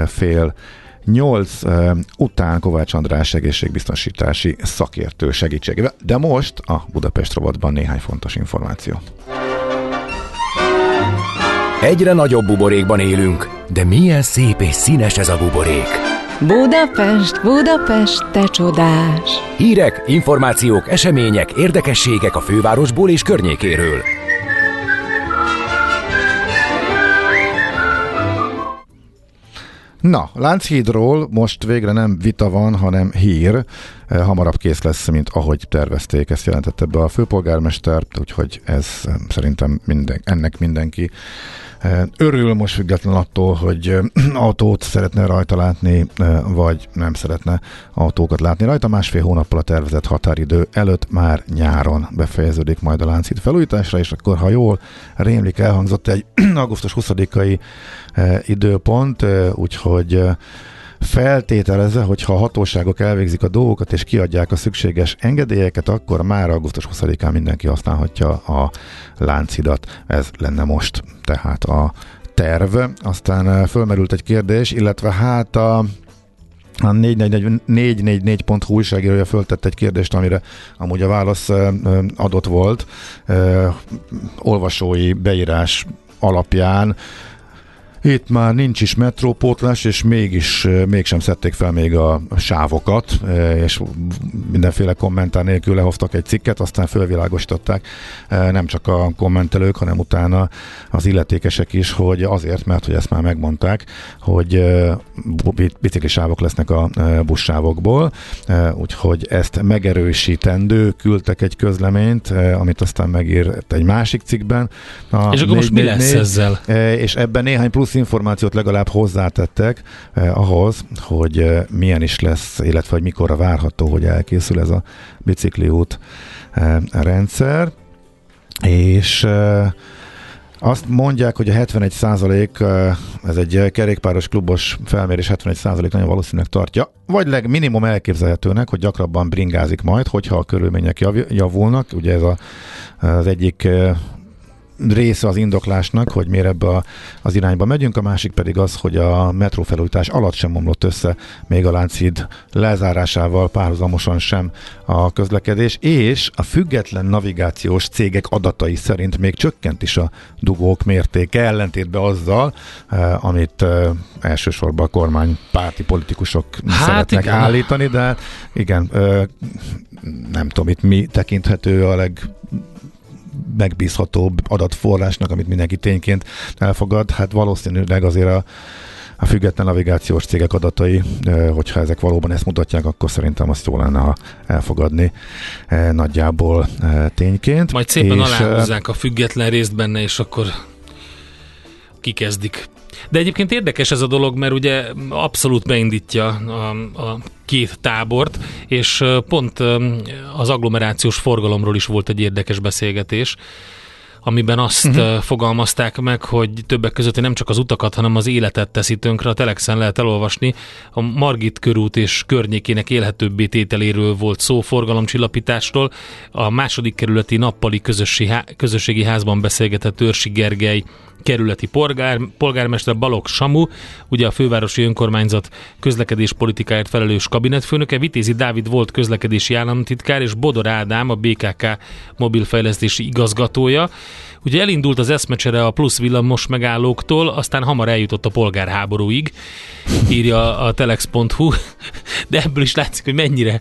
7:30 után Kovács András egészségbiztosítási szakértő segítségével. De most a Budapest rovatban néhány fontos információ. Egyre nagyobb buborékban élünk, de milyen szép és színes ez a buborék. Budapest, Budapest, te csodás! Hírek, információk, események, érdekességek a fővárosból és környékéről. Na, Lánchídról most végre nem vita van, hanem hír. Hamarabb kész lesz, mint ahogy tervezték. Ezt jelentette be a főpolgármester, úgyhogy ez szerintem ennek mindenki örül, most független attól, hogy autót szeretne rajta látni, vagy nem szeretne autókat látni rajta. 1,5 hónappal a tervezett határidő előtt már nyáron befejeződik majd a Lánchíd felújításra, és akkor, ha jól rémlik, elhangzott egy augusztus 20-ai időpont, úgyhogy feltételezve, hogyha a hatóságok elvégzik a dolgokat és kiadják a szükséges engedélyeket, akkor már augusztus 20-án mindenki használhatja a Lánchidat. Ez lenne most tehát a terv. Aztán fölmerült egy kérdés, illetve hát a 444.hu újságírója föltett egy kérdést, amire amúgy a válasz adott volt. Olvasói beírás alapján itt már nincs is metrópótlás, és mégsem szedték fel még a sávokat, és mindenféle kommentár nélkül lehoztak egy cikket, aztán fölvilágosították nem csak a kommentelők, hanem utána az illetékesek is, hogy azért, mert hogy ezt már megmondták, hogy biciklisávok lesznek a buszsávokból, úgyhogy ezt megerősítendő, küldtek egy közleményt, amit aztán megírt egy másik cikkben. És akkor most mi lesz ezzel? És ebben néhány plusz információt legalább hozzátettek ahhoz, hogy milyen is lesz, illetve hogy mikorra várható, hogy elkészül ez a bicikliút rendszer. És azt mondják, hogy a 71%, ez egy kerékpáros klubos felmérés, 71% nagyon valószínűleg tartja, vagy minimum elképzelhetőnek, hogy gyakrabban bringázik majd, hogyha a körülmények javulnak. Ugye ez az egyik része az indoklásnak, hogy miért ebbe az irányba megyünk, a másik pedig az, hogy a metrófelújítás alatt sem omlott össze még a Lánchíd lezárásával párhuzamosan sem a közlekedés, és a független navigációs cégek adatai szerint még csökkent is a dugók mértéke, ellentétben azzal, amit elsősorban a kormánypárti politikusok szeretnek igen állítani, de igen, nem tudom, itt mi tekinthető a megbízhatóbb adatforrásnak, amit mindenki tényként elfogad. Hát valószínűleg azért a független navigációs cégek adatai, hogyha ezek valóban ezt mutatják, akkor szerintem azt jó lenne elfogadni nagyjából tényként. Majd szépen aláhúzzák a független részt benne, és akkor kikezdik. De egyébként érdekes ez a dolog, mert ugye abszolút beindítja a két tábort, és pont az agglomerációs forgalomról is volt egy érdekes beszélgetés, amiben azt fogalmazták meg, hogy többek között nem csak az utakat, hanem az életet teszi tönkre. A Telexen lehet elolvasni. A Margit körút és környékének élhetőbbé tételéről volt szó, forgalomcsillapításról. A második kerületi nappali közösségi házban beszélgetett Őrsi Gergely kerületi polgármester, Balogh Samu, ugye a fővárosi önkormányzat közlekedéspolitikáért felelős kabinetfőnöke, Vitézi Dávid volt közlekedési államtitkár, és Bodor Ádám, a BKK mobilfejlesztési igazgatója. Ugye elindult az eszmecsere a plusz villamos megállóktól, aztán hamar eljutott a polgárháborúig, írja a telex.hu, de ebből is látszik, hogy mennyire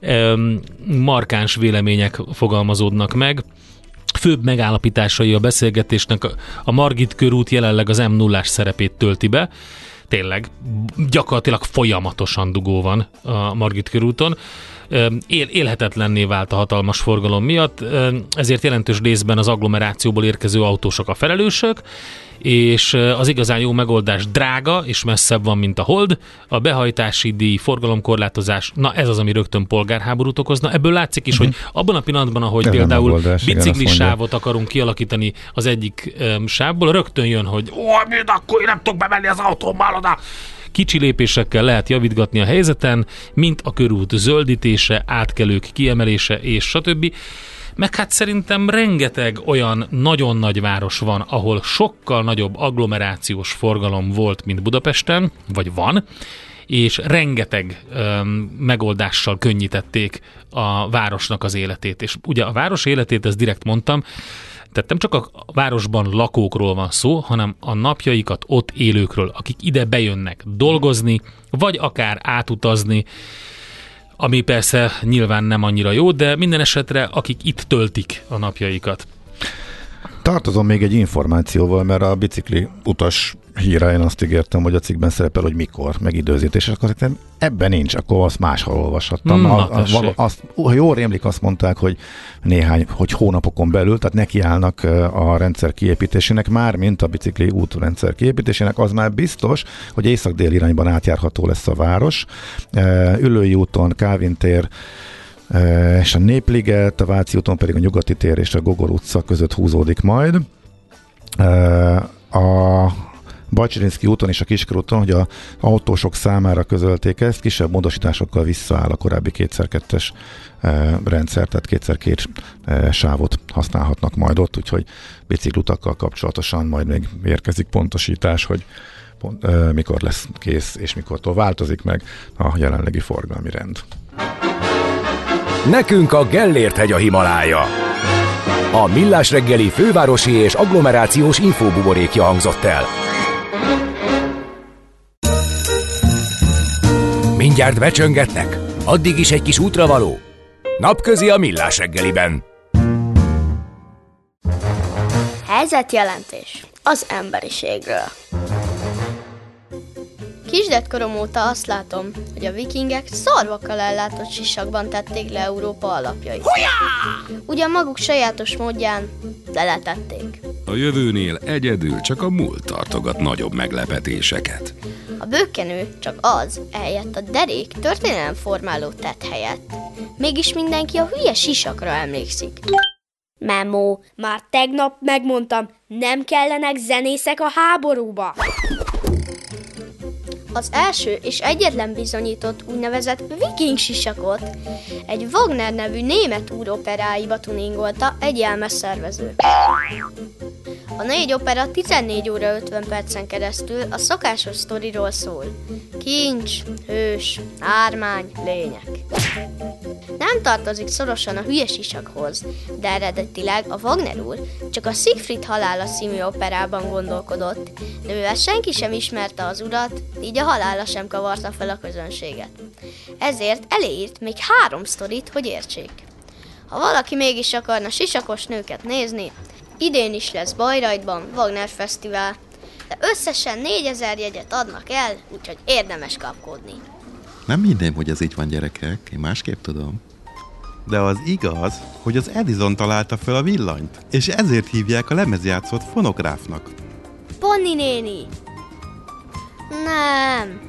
markáns vélemények fogalmazódnak meg. Főbb megállapításai a beszélgetésnek a Margit körút jelenleg az M0-ás szerepét tölti be. Tényleg, gyakorlatilag folyamatosan dugó van a Margit körúton. Élhetetlenné vált a hatalmas forgalom miatt, ezért jelentős részben az agglomerációból érkező autósok a felelősök, és az igazán jó megoldás drága, és messzebb van, mint a hold. A behajtási díj, forgalomkorlátozás, na ez az, ami rögtön polgárháborút okozna. Ebből látszik is, hogy abban a pillanatban, ahogy ez például biciklisávot akarunk kialakítani az egyik sávból, rögtön jön, hogy akkor én nem tudok bemenni az autómmal oda. Kicsi lépésekkel lehet javítgatni a helyzeten, mint a körút zöldítése, átkelők kiemelése és stb. Meg hát szerintem rengeteg olyan nagyon nagy város van, ahol sokkal nagyobb agglomerációs forgalom volt, mint Budapesten, vagy van, és rengeteg megoldással könnyítették a városnak az életét. És ugye a város életét, ezt direkt mondtam, Tehát nem csak a városban lakókról van szó, hanem a napjaikat ott élőkről, akik ide bejönnek dolgozni, vagy akár átutazni, ami persze nyilván nem annyira jó, de minden esetre akik itt töltik a napjaikat. Tartozom még egy információval, mert a bicikli utas híre én azt ígértem, hogy a cikkben szerepel, hogy mikor, meg időzítés, és akkor ebben nincs, akkor azt máshol olvashattam. Ha jól rémlik, azt mondták, hogy hogy hónapokon belül, tehát nekiállnak a rendszer kiépítésének, mármint a bicikli útrendszer kiépítésének, az már biztos, hogy észak-dél irányban átjárható lesz a város. Üllői úton, Kálvin tér, és a Népliget, a Váci úton pedig a Nyugati tér és a Gogol utca között húzódik majd. A Bajcsirinszky úton és a Kiskörúton, hogy az autósok számára közölték ezt, kisebb módosításokkal visszaáll a korábbi 2x2-es rendszer, tehát 2x2 sávot használhatnak majd ott, úgyhogy biciklutakkal kapcsolatosan majd még érkezik pontosítás, hogy mikor lesz kész és mikortól változik meg a jelenlegi forgalmi rend. Nekünk a Gellért-hegy a Himalája. A Millás reggeli fővárosi és agglomerációs infóbuborékja hangzott el. Mindjárt becsöngetnek? Addig is egy kis útravaló? Napközi a Millás reggeliben. Helyzetjelentés az emberiségről. Kisdedkorom óta azt látom, hogy a vikingek szarvakkal ellátott sisakban tették le Európa alapjait. Ugyan maguk sajátos módján, de letették. A jövőnél egyedül csak a múlt tartogat nagyobb meglepetéseket. A bökkenő csak az, ehelyett a derék történelemformáló tett helyett. Mégis mindenki a hülye sisakra emlékszik. Memó, már tegnap megmondtam, nem kellenek zenészek a háborúba. Az első és egyetlen bizonyított úgynevezett viking sisakot egy Wagner nevű német úroperáiba tuningolta egy jelmezszervező. A 4 opera 14 óra 50 percen keresztül a szokásos sztoriról szól. Kincs, hős, ármány, lények. Nem tartozik szorosan a hülye sisakhoz, de eredetileg a Wagner úr csak a Siegfried halála című operában gondolkodott, de mivel senki sem ismerte az urat, így a halála sem kavarta fel a közönséget. Ezért eléírt még 3 sztorit, hogy értsék. Ha valaki mégis akarna sisakos nőket nézni, idén is lesz Bayreuthban Wagner Fesztivál, de összesen 4000 jegyet adnak el, úgyhogy érdemes kapkodni. Nem hinném, hogy ez így van, gyerekek, én másképp tudom. De az igaz, hogy az Edison találta fel a villanyt, és ezért hívják a lemezjátszót fonográfnak. Ponni néni! Nem.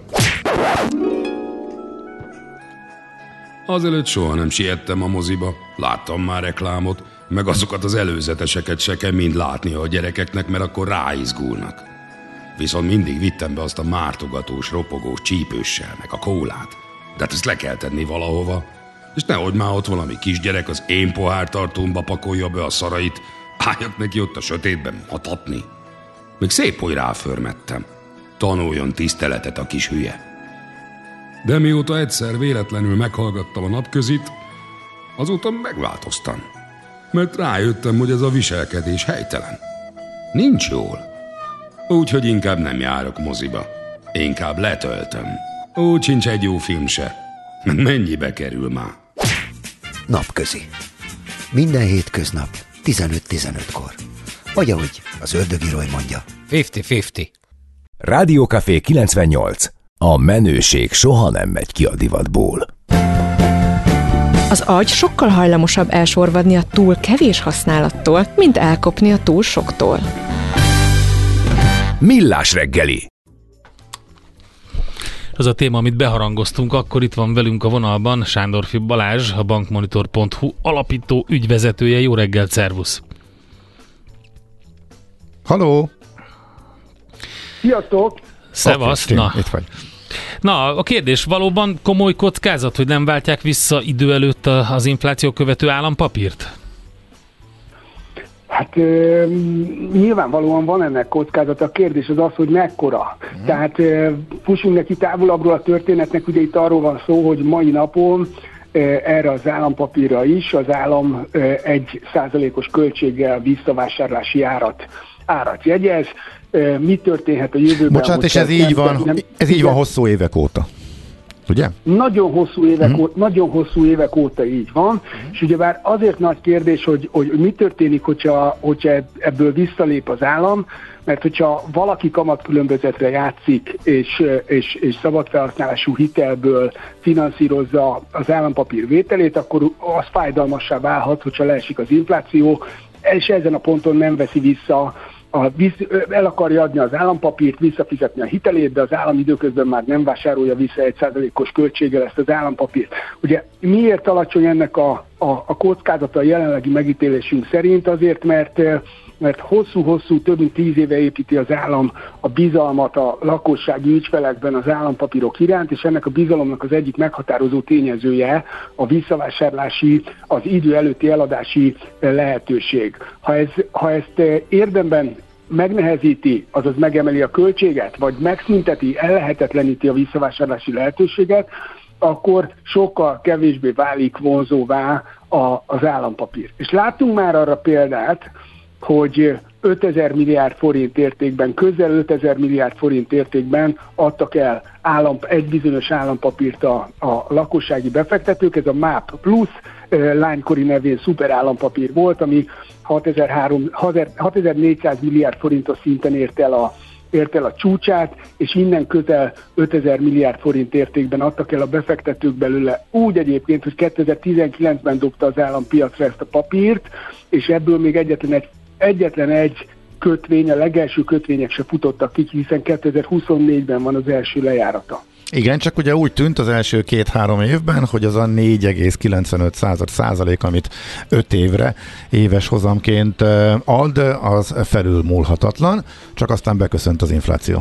Azelőtt soha nem siettem a moziba, láttam már reklámot, meg azokat az előzeteseket se kell mind látni a gyerekeknek, mert akkor ráizgulnak. Viszont mindig vittem be azt a mártogatós, ropogós csípőssel, meg a kólát. De hát ezt le kell tenni valahova. És nehogy már ott valami kisgyerek az én pohártartómba pakolja be a szarait, álljak neki ott a sötétben matatni. Még szép, hogy ráförmettem. Tanuljon tiszteletet a kis hülye. De mióta egyszer véletlenül meghallgattam a Napközit, azóta megváltoztam. Mert rájöttem, hogy ez a viselkedés helytelen. Nincs jól. Úgyhogy inkább nem járok moziba. Inkább letöltöm. Úgy sincs egy jó film se. Mennyibe kerül már? Napközi. Minden hétköznap 15-15-kor. Vagy ahogy az ördögírói mondja. 50-50. Rádiókafé 98. A menőség soha nem megy ki a divatból. Az agy sokkal hajlamosabb elsorvadni a túl kevés használattól, mint elkopni a túl soktól. Millás reggeli. Az a téma, amit beharangoztunk, akkor itt van velünk a vonalban Sándorfi Balázs, a bankmonitor.hu alapító ügyvezetője. Jó reggelt, szervusz! Halló! Sziasztok! Szevasz! Okay, itt vagy. Na, a kérdés, valóban komoly kockázat, hogy nem váltják vissza idő előtt az infláció követő állampapírt? Hát nyilvánvalóan van ennek kockázata, a kérdés az az, hogy mekkora. Tehát fussunk neki távolabbról a történetnek, ugye itt arról van szó, hogy mai napon erre az állampapírra is az állam 1%-os költséggel visszavásárlási árat jegyez. Mi történhet a jövőben? Bocsánat, és ez így van hosszú évek óta. Ugye? Nagyon hosszú évek óta így van, és ugyebár azért nagy kérdés, hogy mi történik, hogyha ebből visszalép az állam, mert hogyha valaki kamatkülönbözetre játszik, és szabad felhasználású hitelből finanszírozza az állampapír vételét, akkor az fájdalmassá válhat, hogyha leesik az infláció, és ezen a ponton nem veszi vissza, el akarja adni az állampapírt, visszafizetni a hitelét, de az állam időközben már nem vásárolja vissza 1%-os költséggel ezt az állampapírt. Ugye miért alacsony ennek a kockázata a jelenlegi megítélésünk szerint? Azért, mert hosszú, több mint 10 éve építi az állam a bizalmat a lakossági ügyfelekben az állampapírok iránt, és ennek a bizalomnak az egyik meghatározó tényezője a visszavásárlási, az idő előtti eladási lehetőség. Ha ezt érdemben megnehezíti, azaz megemeli a költséget, vagy megszünteti, ellehetetleníti a visszavásárlási lehetőséget, akkor sokkal kevésbé válik vonzóvá az állampapír. És láttunk már arra példát, hogy 5000 milliárd forint értékben, közel 5000 milliárd forint értékben adtak el egy bizonyos állampapírt a lakossági befektetők. Ez a MÁP Plus lánykori nevén szuper állampapír volt, ami 6400 milliárd forintos szinten ért el a csúcsát, és innen közel 5000 milliárd forint értékben adtak el a befektetők belőle. Úgy egyébként, hogy 2019-ben dobta az állam piacra ezt a papírt, és ebből még egyetlen egy kötvény, a legelső kötvények se futottak ki, hiszen 2024-ben van az első lejárata. Igen, csak ugye úgy tűnt az első 2-3 évben, hogy az a 4,95%, amit 5 évre éves hozamként ad, az felülmúlhatatlan, csak aztán beköszönt az infláció.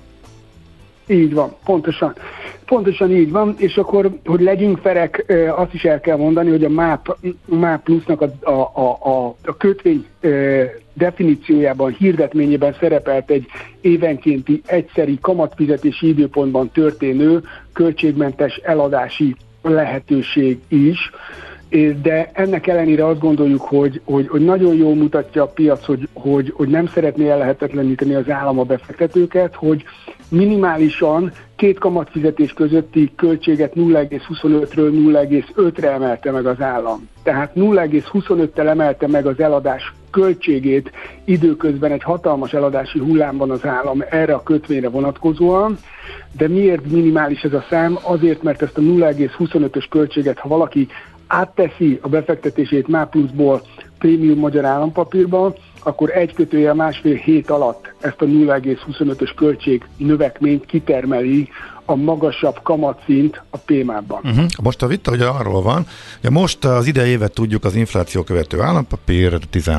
Így van, pontosan így van, és akkor, hogy legyünk ferek, azt is el kell mondani, hogy a MÁP plusznak a kötvény definíciójában, hirdetményében szerepelt egy évenkénti egyszeri kamatfizetési időpontban történő költségmentes eladási lehetőség is, de ennek ellenére azt gondoljuk, hogy nagyon jól mutatja a piac, hogy nem szeretné ellehetetleníteni az állam a befektetőket, hogy minimálisan 2 kamatfizetés közötti költséget 0,25-ről 0,5-re emelte meg az állam. Tehát 0,25-tel emelte meg az eladás költségét időközben egy hatalmas eladási hullámban az állam erre a kötvényre vonatkozóan, de miért minimális ez a szám? Azért, mert ezt a 0,25-ös költséget, ha valaki átteszi a befektetését MÁP pluszból prémium magyar állampapírban, akkor 1-1,5 hét alatt ezt a 0,25-ös költség növekményt kitermeli a magasabb kamatszint a PMA-ban. Most a vita ugye arról van, hogy most az idei évet tudjuk, az infláció követő állampapír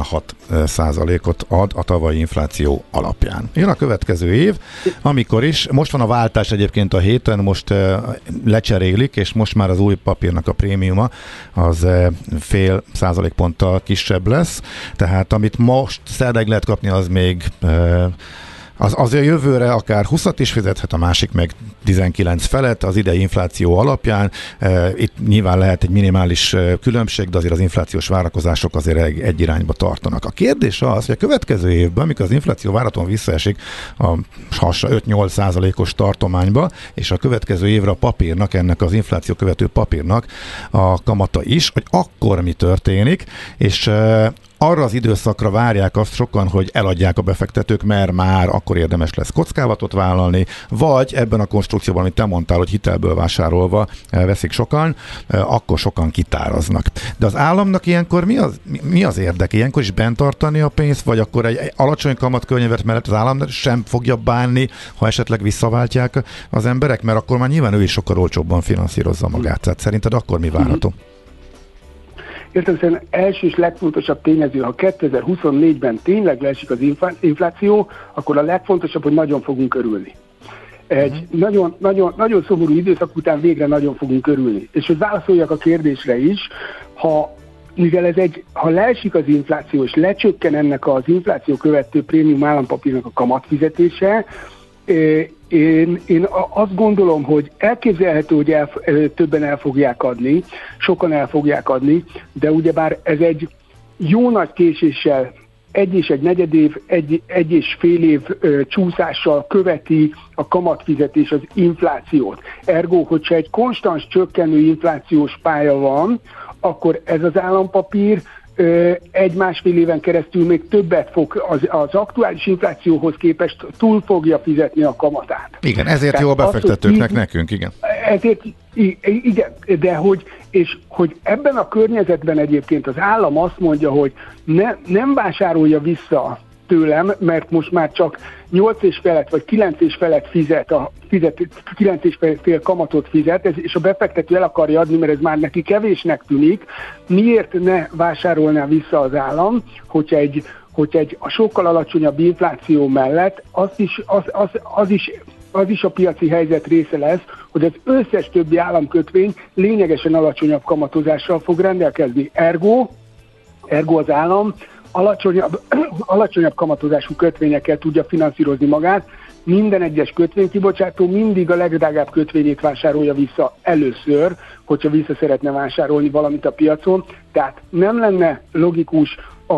16%-ot ad a tavalyi infláció alapján. Jön a következő év, amikor is, most van a váltás egyébként a héten, most lecserélik, és most már az új papírnak a prémiuma az 0,5 ponttal kisebb lesz, tehát amit most szerdáig lehet kapni, az még az a jövőre akár 20-at is fizethet, a másik meg 19 felett az idei infláció alapján. Itt nyilván lehet egy minimális különbség, de azért az inflációs várakozások azért egy irányba tartanak. A kérdés az, hogy a következő évben, amikor az infláció várhatóan visszaesik a 5-8%-os tartományba, és a következő évre a papírnak, ennek az infláció követő papírnak a kamata is, hogy akkor mi történik, és arra az időszakra várják azt sokan, hogy eladják a befektetők, mert már akkor érdemes lesz kockázatot vállalni, vagy ebben a konstrukcióban, amit te mondtál, hogy hitelből vásárolva veszik sokan, akkor sokan kitáraznak. De az államnak ilyenkor mi az érdeke? Ilyenkor is bent tartani a pénzt, vagy akkor egy alacsony kamatkörnyezet mellett az állam sem fogja bánni, ha esetleg visszaváltják az emberek, mert akkor már nyilván ő is sokkal olcsóbban finanszírozza magát. Tehát szerinted akkor mi várható? Értelemszerűen első és legfontosabb tényező, ha 2024-ben tényleg leesik az infláció, akkor a legfontosabb, hogy nagyon fogunk örülni. Egy nagyon szomorú időszak után végre nagyon fogunk örülni. És hogy válaszoljak a kérdésre is, ha leesik az infláció, és lecsökken ennek az infláció követő prémium állampapírnak a kamatfizetése, Én azt gondolom, hogy elképzelhető, hogy többen el fogják adni, sokan el fogják adni, de ugyebár ez egy jó nagy késéssel, 1,1 év, 1,5 év csúszással követi a kamatfizetés az inflációt. Ergo, hogyha egy konstans csökkenő inflációs pálya van, akkor ez az állampapír 1-1,5 éven keresztül még többet fog az aktuális inflációhoz képest túl fogja fizetni a kamatát. Igen, ezért jó a befektetőknek, nekünk, igen. Ezért, igen, de hogy ebben a környezetben egyébként az állam azt mondja, hogy nem vásárolja vissza tőlem, mert most már csak 8 és felett vagy 9 és felett fizet, 9 és fél kamatot fizet, és a befektető el akarja adni, mert ez már neki kevésnek tűnik. Miért ne vásárolná vissza az állam, hogyha egy a sokkal alacsonyabb infláció mellett az is a piaci helyzet része lesz, hogy az összes többi államkötvény lényegesen alacsonyabb kamatozással fog rendelkezni. Ergo az állam alacsonyabb kamatozású kötvényekkel tudja finanszírozni magát. Minden egyes kötvénykibocsátó mindig a legdrágább kötvényét vásárolja vissza először, hogyha vissza szeretne vásárolni valamit a piacon. Tehát nem lenne logikus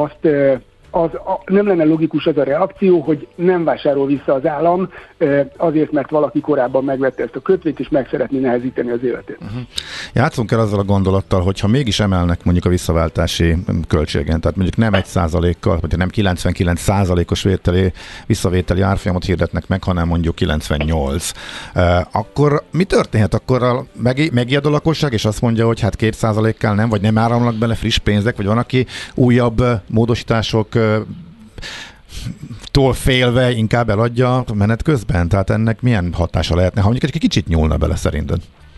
az a reakció, hogy nem vásárol vissza az állam azért, mert valaki korábban megvette ezt a kötvényt, és meg szeretné nehezíteni az életét. Játszunk el azzal a gondolattal, hogyha mégis emelnek mondjuk a visszaváltási költségen, tehát mondjuk nem 1%-kal, vagy nem 99%-os visszavételi árfolyamot hirdetnek meg, hanem mondjuk 98. Akkor mi történhet? Akkor megijed a lakosság, és azt mondja, hogy hát 2%-kal nem, vagy nem áramlanak bele friss pénzek, vagy van, aki újabb módosítások tól félve inkább eladja menet közben? Tehát ennek milyen hatása lehetne, ha mondjuk egy kicsit nyúlna bele szerinted?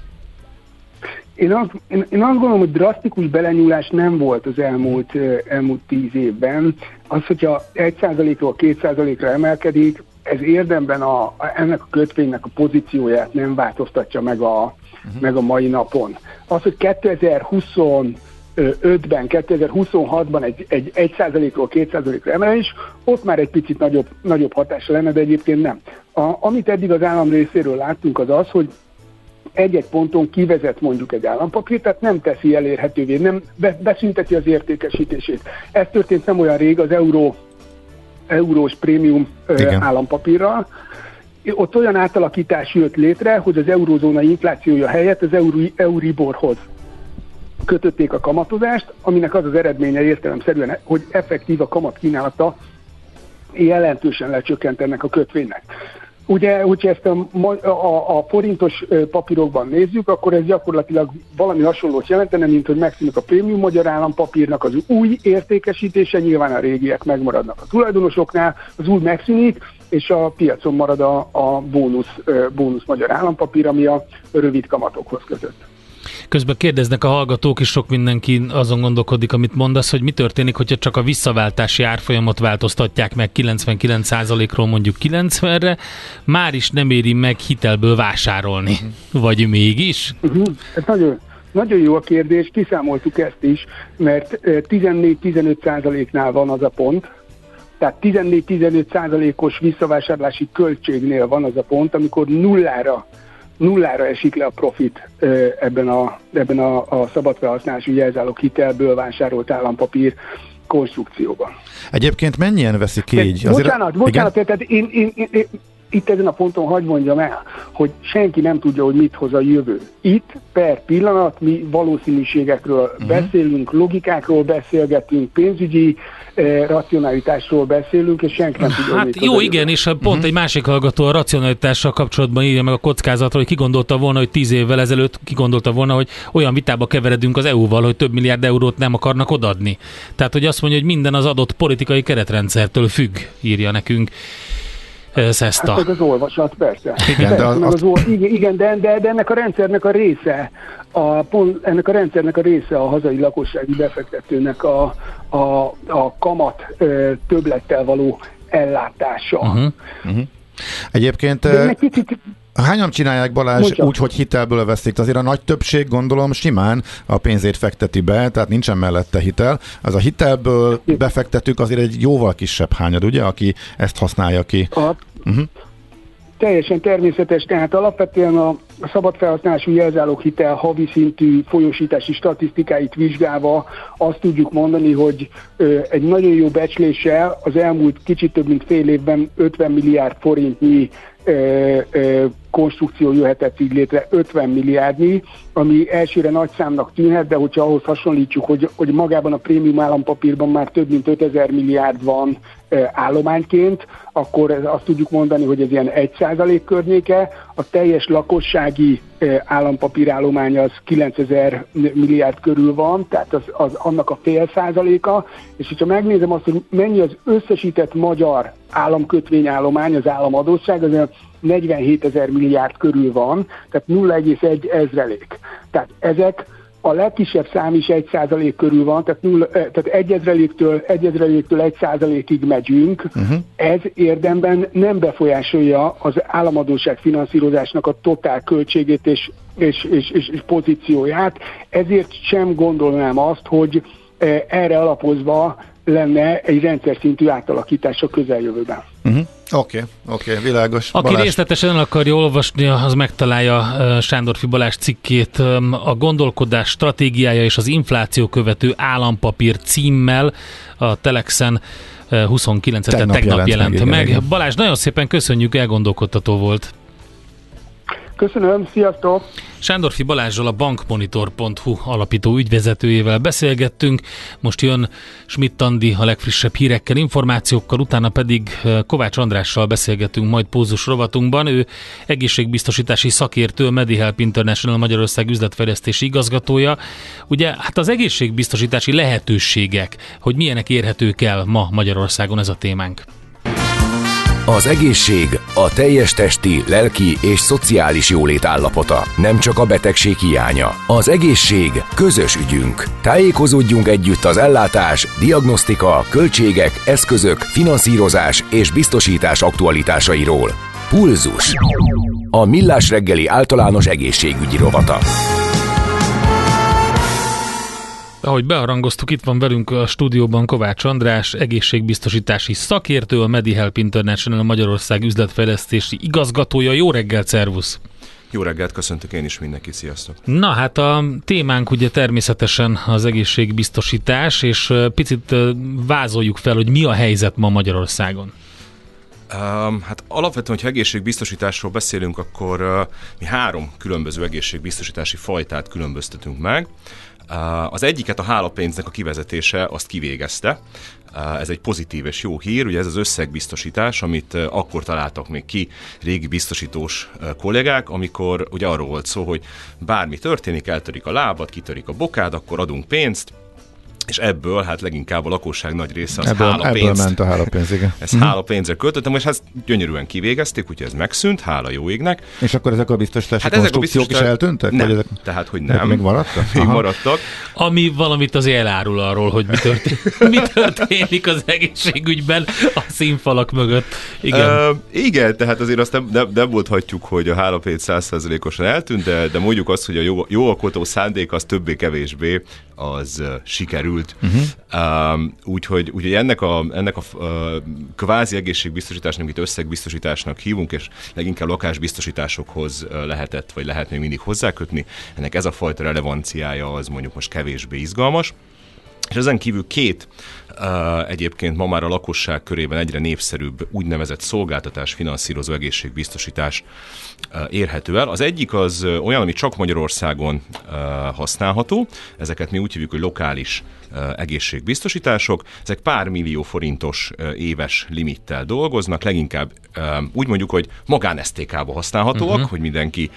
Én azt gondolom, hogy drasztikus belenyúlás nem volt az elmúlt 10 évben. Az, hogyha 1%-ról 2%-ra emelkedik, ez érdemben ennek a kötvénynek a pozícióját nem változtatja meg a mai napon. Az, hogy 2025-ben, 2026-ban egy 1%-ról 2%-ra emelés, ott már egy picit nagyobb hatása lenne, de egyébként nem. Amit eddig az állam részéről láttunk, az az, hogy egy-egy ponton kivezet mondjuk egy állampapírt, tehát nem teszi elérhetővé, nem beszünteti az értékesítését. Ez történt nem olyan rég az eurós prémium állampapírral. Ott olyan átalakítás jött létre, hogy az eurózóna inflációja helyett az Euriborhoz kötötték a kamatozást, aminek az az eredménye értelemszerűen, hogy effektív a kamat kínálata jelentősen lecsökkent ennek a kötvénynek. Ugye, hogyha ezt a forintos papírokban nézzük, akkor ez gyakorlatilag valami hasonlót jelentene, mint hogy megszűnik a prémium magyar állampapírnak az új értékesítése, nyilván a régiek megmaradnak a tulajdonosoknál, az új megszűnik, és a piacon marad a bónusz magyar állampapír, ami a rövid kamatokhoz kötött. Közben kérdeznek a hallgatók is, sok mindenki azon gondolkodik, amit mondasz, hogy mi történik, hogyha csak a visszaváltási árfolyamot változtatják meg 99%-ról mondjuk 90-re, már is nem éri meg hitelből vásárolni. Vagy mégis? Ez nagyon jó a kérdés, kiszámoltuk ezt is, mert 14-15%-nál van az a pont, tehát 14-15%-os visszavásárlási költségnél van az a pont, amikor nullára esik le a profit ebben a szabadfelhasználású jelzálog hitelből vásárolt állampapír konstrukcióban. Egyébként mennyien veszik így? Bocsánat, tehát én itt ezen a ponton hadd mondjam el, hogy senki nem tudja, hogy mit hoz a jövő. Itt per pillanat mi valószínűségekről beszélünk, logikákról beszélgetünk, pénzügyi racionalitásról beszélünk, és senki nem tudja, hogy mit jó, igen, és pont egy másik hallgató a racionalitással kapcsolatban írja meg a kockázatról, hogy ki gondolta volna, hogy 10 évvel ezelőtt hogy olyan vitába keveredünk az EU-val, hogy több milliárd eurót nem akarnak odadni. Tehát, hogy azt mondja, hogy minden az adott politikai keretrendszertől függ, írja nekünk. Szeszta. Hát az olvasat, persze. Igen, de ennek a rendszernek a része, ennek a része a hazai lakossági befektetőnek a kamat többlettel való ellátása. Egyébként hányan csinálják, Balázs, úgy, hogy hitelből veszik? Azért a nagy többség, gondolom, simán a pénzét fekteti be, tehát nincsen mellette hitel. Az a hitelből befektetők azért egy jóval kisebb hányad, ugye, aki ezt használja ki. Teljesen természetes, tehát alapvetően a szabad felhasználású jelzáloghitel havi szintű folyósítási statisztikáit vizsgálva azt tudjuk mondani, hogy egy nagyon jó becsléssel az elmúlt kicsit több mint fél évben 50 milliárd forintnyi konstrukció jöhetett így létre, 50 milliárdnyi, ami elsőre nagy számnak tűnhet, de hogyha ahhoz hasonlítjuk, hogy magában a prémium állampapírban már több mint 5000 milliárd van állományként, akkor azt tudjuk mondani, hogy ez ilyen 1% környéke, a teljes lakossági állampapírállomány az 9000 milliárd körül van, tehát az annak a 0,5%, és hogyha megnézem azt, hogy mennyi az összesített magyar államkötvényállomány, az államadósság, az 47 000 milliárd körül van, tehát 0,1%. Tehát ezek a legkisebb szám is 1% körül van, tehát 1%-től 1%-ig megyünk. Ez érdemben nem befolyásolja az államadósság finanszírozásnak a totál költségét és pozícióját, ezért sem gondolnám azt, hogy erre alapozva lenne egy rendszer szintű átalakítás a közeljövőben. Oké, világos. Aki Balázs. részletesen el akarja olvasni, az megtalálja Sándorfi Balázs cikkét a gondolkodás stratégiája és az infláció követő állampapír címmel a Telexen 29-et tegnap jelent meg. Igen. Balázs, nagyon szépen köszönjük, elgondolkodtató volt. Köszönöm, sziasztok! Sándorfi Balázsral, a bankmonitor.hu alapító ügyvezetőjével beszélgettünk. Most jön Schmidt Andi a legfrissebb hírekkel, információkkal, utána pedig Kovács Andrással beszélgetünk majd pózus rovatunkban. Ő egészségbiztosítási szakértő, MediHelp International Magyarország üzletfejlesztési igazgatója. Ugye, hát az egészségbiztosítási lehetőségek, hogy milyenek érhetők el ma Magyarországon, ez a témánk. Az egészség a teljes testi, lelki és szociális jólét állapota, nem csak a betegség hiánya. Az egészség közös ügyünk. Tájékozódjunk együtt az ellátás, diagnosztika, költségek, eszközök, finanszírozás és biztosítás aktualitásairól. Pulzus. A Millás reggeli általános egészségügyi rovata. Ahogy beharangoztuk, itt van velünk a stúdióban Kovács András, egészségbiztosítási szakértő, a MediHelp International Magyarország üzletfejlesztési igazgatója. Jó reggelt, szervusz! Jó reggelt, köszöntök én is mindenki, sziasztok! Na hát a témánk ugye természetesen az egészségbiztosítás, és picit vázoljuk fel, hogy mi a helyzet ma Magyarországon. Hát alapvetően, hogyha egészségbiztosításról beszélünk, akkor mi 3 különböző egészségbiztosítási fajtát különböztetünk meg. Az egyiket, a hálapénznek a kivezetése azt kivégezte. Ez egy pozitív és jó hír, ugye ez az összegbiztosítás, amit akkor találtak még ki régi biztosítós kollégák, amikor ugye arról volt szó, hogy bármi történik, eltörik a lábad, kitörik a bokád, akkor adunk pénzt, és ebből hát leginkább a lakosság nagy része az hálapénz. Ebből ment a hálapénz, igen. Ezt hálapénzre költöttem, és ezt gyönyörűen kivégezték, úgyhogy ez megszűnt, hála jó égnek. És akkor ezek a biztosítási konstrukciók is eltűntek? Nem, ezek... tehát hogy nem. Még maradtak? Még maradtak. Ami valamit azért elárul arról, hogy mi történik az egészségügyben a színfalak mögött. Igen, igen, tehát azért azt nem mondhatjuk, hogy a hálapénz 100%-osan eltűnt, de mondjuk azt, hogy a jó alkotó szándék az többé-kevésbé az sikerült. Úgyhogy ennek a kvázi egészségbiztosításnak, amit összegbiztosításnak hívunk, és leginkább lakásbiztosításokhoz lehetett, vagy lehet még mindig hozzákötni, ennek ez a fajta relevanciája az mondjuk most kevésbé izgalmas. És ezen kívül 2 egyébként ma már a lakosság körében egyre népszerűbb úgynevezett szolgáltatás finanszírozó egészségbiztosítás érhető el. Az egyik az olyan, ami csak Magyarországon használható, ezeket mi úgy hívjuk, hogy lokális egészségbiztosítások, ezek pár millió forintos éves limittel dolgoznak, leginkább úgy mondjuk, hogy magán STK-ba használhatóak, hogy mindenki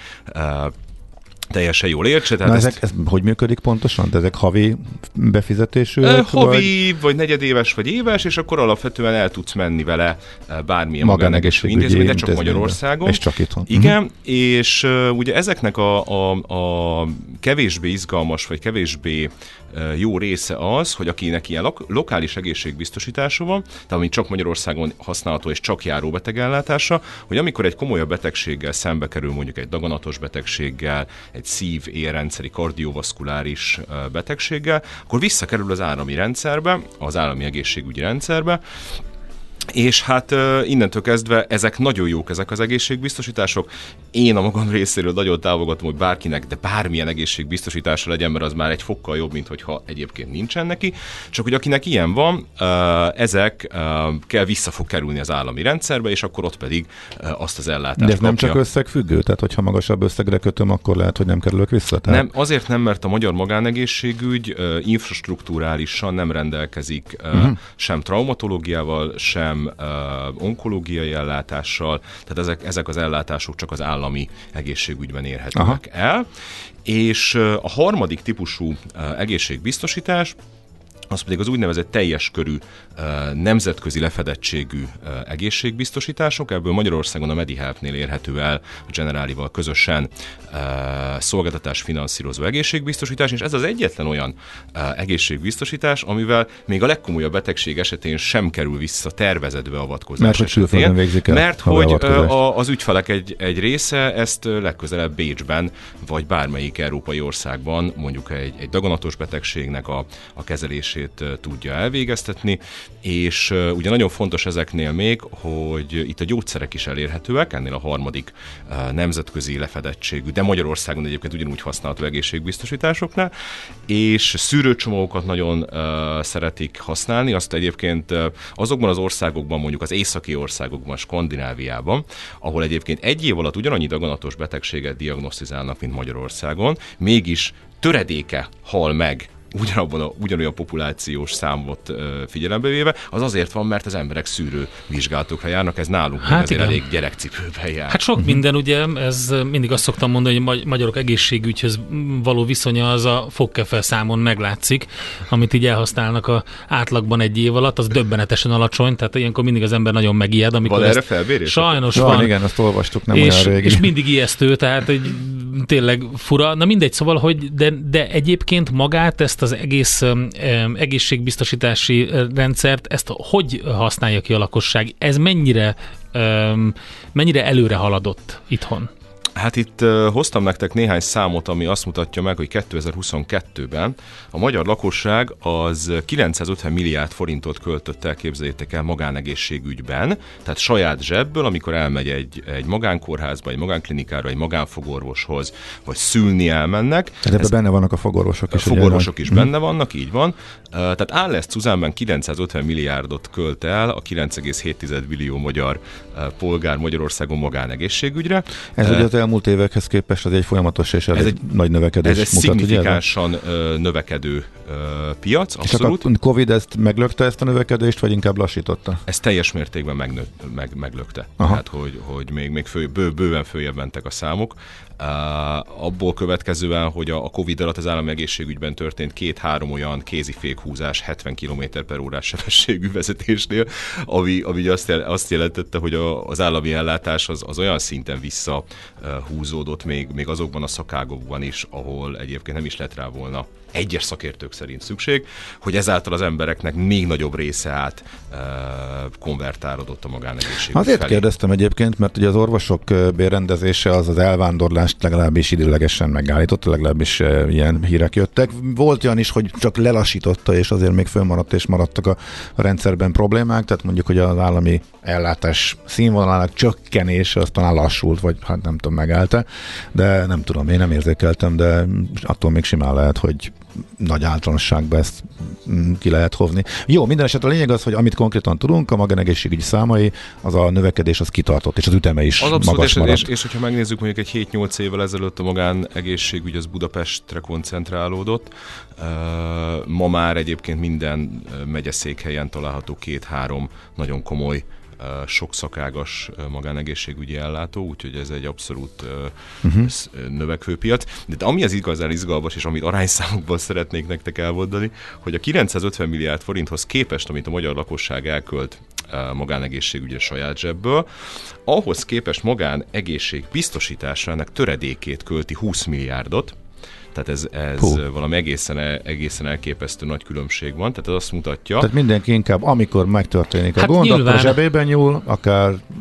teljesen jól értse. Na ez hogy működik pontosan? De ezek havi befizetésűek? Havi, vagy negyedéves, vagy éves, és akkor alapvetően el tudsz menni vele bármilyen magánegészségügyi intézménybe, de csak Magyarországon. És csak itthon. Igen, és ugye ezeknek a kevésbé izgalmas, vagy kevésbé jó része az, hogy akinek ilyen lokális egészségbiztosítása van, tehát ami csak Magyarországon használható és csak járó betegellátása, hogy amikor egy komolyabb betegséggel szembe kerül, mondjuk egy daganatos betegséggel, egy szív-érrendszeri kardiovaszkuláris betegséggel, akkor visszakerül az állami rendszerbe, az állami egészségügyi rendszerbe, És hát innentől kezdve ezek nagyon jók, ezek az egészségbiztosítások. Én a magam részéről nagyon támogatom, hogy bárkinek, de bármilyen egészségbiztosítása legyen, mert az már egy fokkal jobb, mint hogyha egyébként nincsen neki. Csak hogy akinek ilyen van, ezek kell vissza fog kerülni az állami rendszerbe, és akkor ott pedig azt az ellátást De ez nem kapja. csak összegfüggő? Tehát, hogyha magasabb összegre kötöm, akkor lehet, hogy nem kerülök vissza? Tehát... Nem, azért nem, mert a magyar magánegészségügy infrastrukturálisan nem rendelkezik sem traumatológiával, sem onkológiai ellátással, tehát ezek az ellátások csak az állami egészségügyben érhetőek el. És a harmadik típusú egészségbiztosítás, az pedig az úgynevezett teljes körű nemzetközi lefedettségű egészségbiztosítások. Ebből Magyarországon a Medihelpnél érhető el a Generálival közösen szolgáltatás finanszírozó egészségbiztosítás, és ez az egyetlen olyan egészségbiztosítás, amivel még a legkomolyabb betegség esetén sem kerül vissza tervezetbe avatkozás esetén. Mert hogy az ügyfelek egy része ezt legközelebb Bécsben, vagy bármelyik európai országban mondjuk egy daganatos betegségnek a kezelését tudja elvégeztetni, és ugye nagyon fontos ezeknél még, hogy itt a gyógyszerek is elérhetőek, ennél a harmadik nemzetközi lefedettségű, de Magyarországon egyébként ugyanúgy használható egészségbiztosításoknál, és szűrőcsomagokat nagyon szeretik használni, azt egyébként azokban az országokban, mondjuk az északi országokban, Skandináviában, ahol egyébként egy év alatt ugyanannyi daganatos betegséget diagnosztizálnak, mint Magyarországon, mégis töredéke hal meg ugyanolyan populációs számot figyelembe véve, az azért van, mert az emberek szűrő vizsgálatokra járnak, ez nálunk azért elég gyerekcipőben jár. Hát sok minden, ugye, ez mindig azt szoktam mondani, hogy magyarok egészségügyhöz való viszonya az a fogkefel számon meglátszik, amit így elhasználnak a átlagban egy év alatt, az döbbenetesen alacsony, tehát ilyenkor mindig az ember nagyon megijed, amikor van erre felmérés? Sajnos van. Igen, azt olvastuk, nem olyan régi. És mindig ijesztő, tehát tényleg fura. Na mindegy, szóval, hogy de egyébként magát, ezt az egész egészségbiztosítási rendszert, ezt hogy használja ki a lakosság? Ez mennyire előre haladott itthon? Hát itt hoztam nektek néhány számot, ami azt mutatja meg, hogy 2022-ben a magyar lakosság az 950 milliárd forintot költött el, képzeljétek el, magánegészségügyben, tehát saját zsebből, amikor elmegy egy magánkórházba, egy magánklinikára, egy magánfogorvoshoz, vagy szülni elmennek. Tehát ebben benne vannak a fogorvosok is. A fogorvosok is benne vannak, így van. Tehát Állest Szuzánben 950 milliárdot költ el a 9,7 millió magyar polgár Magyarországon magánegészségügyre. Ez ugye az elmúlt évekhez képest az egy folyamatos és ez egy nagy növekedés mutat. Ez egy szignifikánsan növekedő piac, abszolút. És a Covid ezt meglökte ezt a növekedést, vagy inkább lassította? Ez teljes mértékben meglökte. Tehát, hogy még bőven följebb mentek a számok. Abból következően, hogy a Covid alatt az állami egészségügyben történt 2-3 olyan kézifékhúzás 70 km/h sebességű vezetésnél, ami azt jelentette, hogy az állami ellátás az olyan szinten visszahúzódott még azokban a szakágokban is, ahol egyébként nem is lett rá volna egyes szakértők szerint szükség, hogy ezáltal az embereknek még nagyobb része át konvertálódott a magánegészségügy Azért felé. kérdeztem egyébként, mert ugye az orvosok bérrendezése az elvándorlást legalábbis időlegesen megállította, legalábbis ilyen hírek jöttek. Volt olyan is, hogy csak lelassította, és azért még fönnmaradt, és maradtak a rendszerben problémák, tehát mondjuk, hogy az állami ellátás színvonalának csökkenése az talán lassult, vagy hát nem tudom, megállta, de nem tudom, én nem érzékeltem, de attól még simán lehet, hogy nagy általánosságban ezt ki lehet hozni. Jó, minden esetre a lényeg az, hogy amit konkrétan tudunk, a magánegészségügyi számai, az a növekedés az kitartott, és az üteme is az magas maradt. És hogyha megnézzük mondjuk egy 7-8 évvel ezelőtt a magánegészségügy az Budapestre koncentrálódott, ma már egyébként minden megyeszékhelyen található 2-3 nagyon komoly sokszakágas magánegészségügyi ellátó, úgyhogy ez egy abszolút növekvő piac. De ami az igazán izgalmas, és amit arányszámokban szeretnék nektek elmondani, hogy a 950 milliárd forinthoz képest, amit a magyar lakosság elkölt magánegészségügyre saját zsebből, ahhoz képest magánegészség biztosításának töredékét költi 20 milliárdot, tehát ez valami egészen elképesztő nagy különbség van, tehát ez azt mutatja. Tehát mindenki inkább, amikor megtörténik a gond, akkor a zsebében nyúl, akár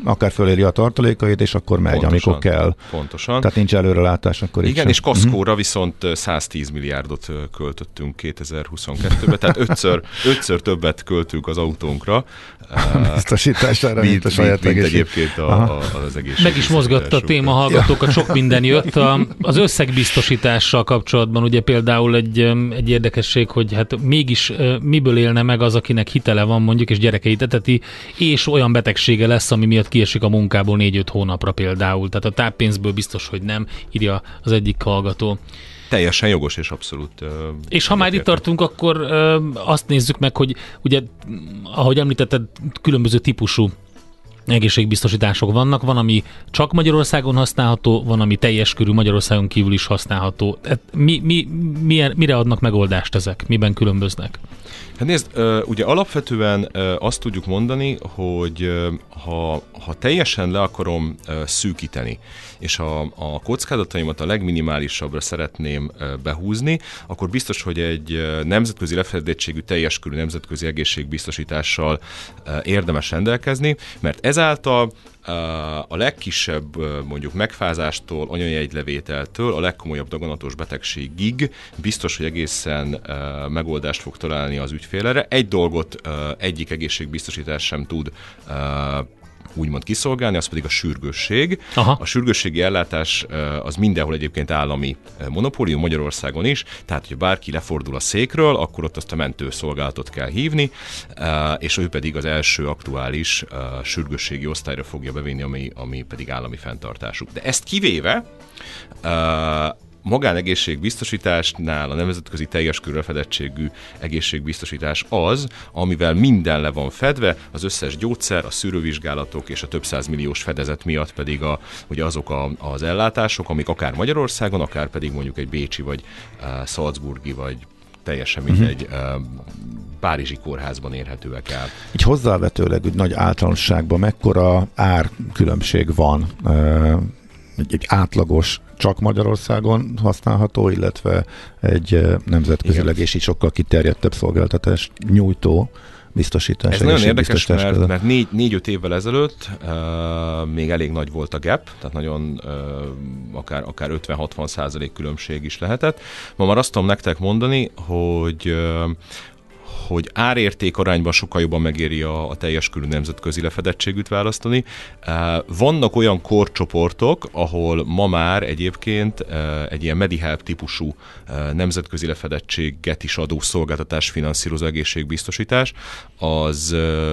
akár föléri a tartalékait, és akkor megy, amikor kell. Pontosan. Tehát nincs előrelátás, akkor igen, és kaszkóra viszont 110 milliárdot költöttünk 2022-ben, tehát ötször többet költünk az autónkra. Biztosítására, mint a saját egyébként az egészség. Meg is mozgatta a téma hallgatókat, sok minden jött. Az összegbiztosítással kapcsolatban ugye például egy érdekesség, hogy hát mégis miből élne meg az, akinek hitele van mondjuk, és gyerekeit eteti, és olyan betegsége lesz, ami miatt kiesik a munkából 4-5 hónapra például. Tehát a táppénzből biztos, hogy nem, írja az egyik hallgató. Teljesen jogos és abszolút. És ha már itt tartunk, akkor azt nézzük meg, hogy ugye, ahogy említetted, különböző típusú egészségbiztosítások vannak. Van, ami csak Magyarországon használható, van, ami teljes körű Magyarországon kívül is használható. Mire adnak megoldást ezek? Miben különböznek? Hát nézd, ugye alapvetően azt tudjuk mondani, hogy ha teljesen le akarom szűkíteni, és a kockázataimat a legminimálisabbra szeretném behúzni, akkor biztos, hogy egy nemzetközi lefedettségű, teljes körű nemzetközi egészségbiztosítással érdemes rendelkezni, mert ezáltal a legkisebb mondjuk megfázástól, anyajegylevételtől a legkomolyabb daganatos betegségig biztos, hogy egészen megoldást fog találni az ügyfélre. Egy dolgot egyik egészségbiztosítás sem tud úgymond kiszolgálni, az pedig a sürgősség. Aha. A sürgősségi ellátás az mindenhol egyébként állami monopólium, Magyarországon is, tehát hogyha bárki lefordul a székről, akkor ott azt a mentőszolgálatot kell hívni, és ő pedig az első aktuális sürgősségi osztályra fogja bevinni, ami pedig állami fenntartású. De ezt kivéve magánegészségbiztosításnál a nemzetközi teljes körű lefedettségű egészségbiztosítás az, amivel minden le van fedve, az összes gyógyszer, a szűrővizsgálatok és a több százmilliós fedezet miatt pedig ugye azok az ellátások, amik akár Magyarországon, akár pedig mondjuk egy bécsi, vagy salzburgi, vagy teljesen mindegy párizsi kórházban érhetőek el. Így hozzávetőleg úgy nagy általánosságban mekkora árkülönbség van egy átlagos csak Magyarországon használható, illetve egy nemzetközileg és így sokkal kiterjedtebb szolgáltatás nyújtó biztosítás. Ez nagyon érdekes, mert 4-5 évvel ezelőtt még elég nagy volt a gap, tehát nagyon akár 50-60% különbség is lehetett. Ma már azt tudom nektek mondani, hogy árérték arányban sokkal jobban megéri a teljes körű nemzetközi lefedettségűt választani. Vannak olyan korcsoportok, ahol ma már egyébként egy ilyen MediHelp típusú nemzetközi lefedettséget is adó szolgáltatás finanszírozó egészségbiztosítás, az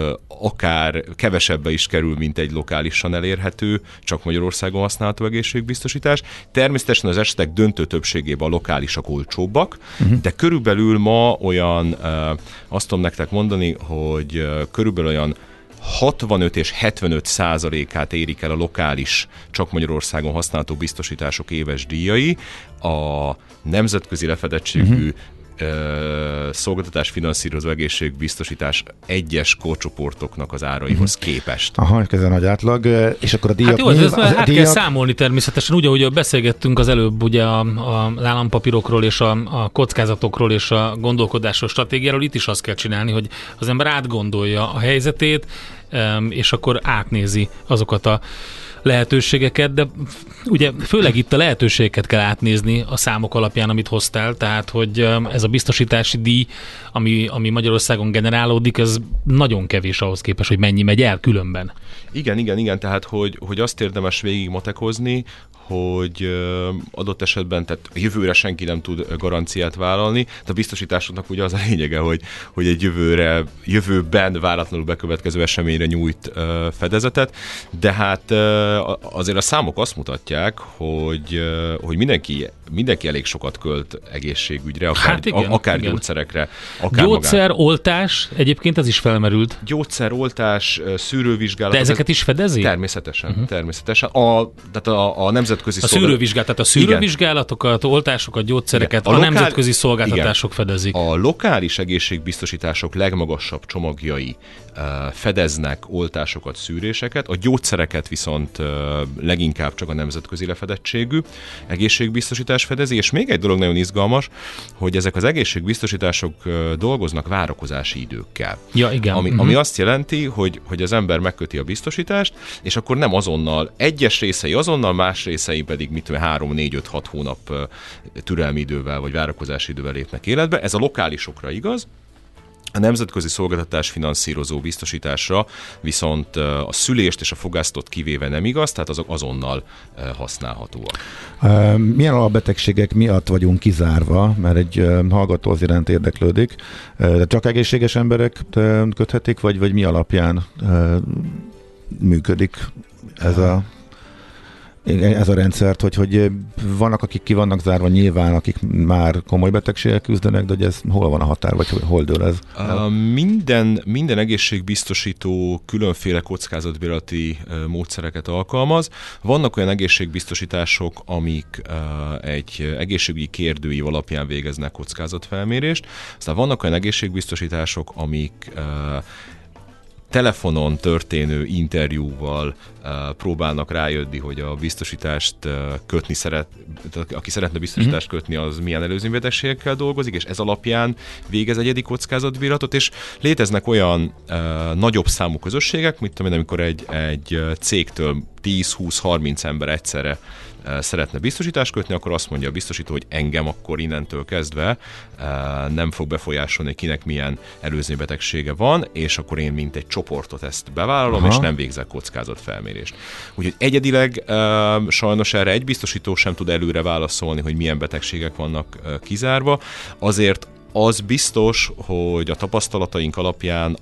akár kevesebbe is kerül, mint egy lokálisan elérhető, csak Magyarországon használható egészségbiztosítás. Természetesen az esetek döntő többségében a lokálisak olcsóbbak, de körülbelül ma olyan azt tudom nektek mondani, hogy körülbelül olyan 65 és 75%-át érik el a lokális, csak Magyarországon használható biztosítások éves díjai, a nemzetközi lefedettségű szolgáltatás finanszírozó egészségbiztosítás egyes korcsoportoknak az áraihoz képest. Aha, ez a nagy átlag, és akkor a díjak... Hát jó, ezt kell számolni természetesen, úgy, ahogy beszélgettünk az előbb ugye az állampapírokról és a kockázatokról és a gondolkodásról, stratégiáról, itt is azt kell csinálni, hogy az ember átgondolja a helyzetét, és akkor átnézi azokat a lehetőségeket, de ugye főleg itt a lehetőségeket kell átnézni a számok alapján, amit hoztál, tehát hogy ez a biztosítási díj, ami Magyarországon generálódik, ez nagyon kevés ahhoz képest, hogy mennyi megy el különben. Igen, tehát hogy azt érdemes végig matekozni, hogy adott esetben, tehát a jövőre senki nem tud garanciát vállalni, de a biztosításoknak ugye az a lényege, hogy egy jövőben váratlanul bekövetkező eseményre nyújt fedezetet, de hát azért a számok azt mutatják, hogy mindenki elég sokat költ egészségügyre, akár gyógyszerekre, akár gyógyszeroltás, egyébként ez is felmerült. Gyógyszeroltás, szűrővizsgálat. De ezeket is fedezi? Természetesen. Tehát a nemzetközi tehát a szűrővizsgálatokat, oltásokat, gyógyszereket a nemzetközi szolgáltatások fedezik. A lokális egészségbiztosítások legmagasabb csomagjai fedeznek oltásokat, szűréseket, a gyógyszereket viszont leginkább csak a nemzetközi lefedettségű egészségbiztosítás biztosítás fedezi, és még egy dolog nagyon izgalmas, hogy ezek az egészségbiztosítások dolgoznak várakozási időkkel. Ja, igen. Ami azt jelenti, hogy az ember megköti a biztosítást, és akkor nem azonnal, egyes részei azonnal, más részei pedig 3-4-5-6 hónap türelmi idővel vagy várakozási idővel lépnek életbe. Ez a lokálisokra igaz. A nemzetközi szolgáltatás finanszírozó biztosításra viszont a szülést és a fogásztot kivéve nem igaz, tehát azok azonnal használhatóak. Milyen alapbetegségek miatt vagyunk kizárva, mert egy hallgató az iránt érdeklődik, csak egészséges emberek köthetik, vagy mi alapján működik ez a rendszert, hogy vannak, akik ki vannak zárva nyilván, akik már komoly betegségek küzdenek, de hogy ez hol van a határ, vagy hol dől ez? Minden egészségbiztosító különféle kockázatbérleti módszereket alkalmaz. Vannak olyan egészségbiztosítások, amik egy egészségügyi kérdőív alapján végeznek kockázatfelmérést. Aztán vannak olyan egészségbiztosítások, amik telefonon történő interjúval próbálnak rájönni, hogy a biztosítást kötni aki szeretne biztosítást kötni, az milyen előző betegségekkel dolgozik, és ez alapján végez egyedi kockázatbíratot, és léteznek olyan nagyobb számú közösségek, mint amikor egy cégtől 10-20-30 ember egyszerre szeretne biztosítást kötni, akkor azt mondja a biztosító, hogy engem akkor innentől kezdve nem fog befolyásolni, kinek milyen előző betegsége van, és akkor én mint egy csoportot ezt bevállalom, és nem végzek kockázatfelmérést. Úgyhogy egyedileg sajnos erre egy biztosító sem tud előre válaszolni, hogy milyen betegségek vannak kizárva. Azért az biztos, hogy a tapasztalataink alapján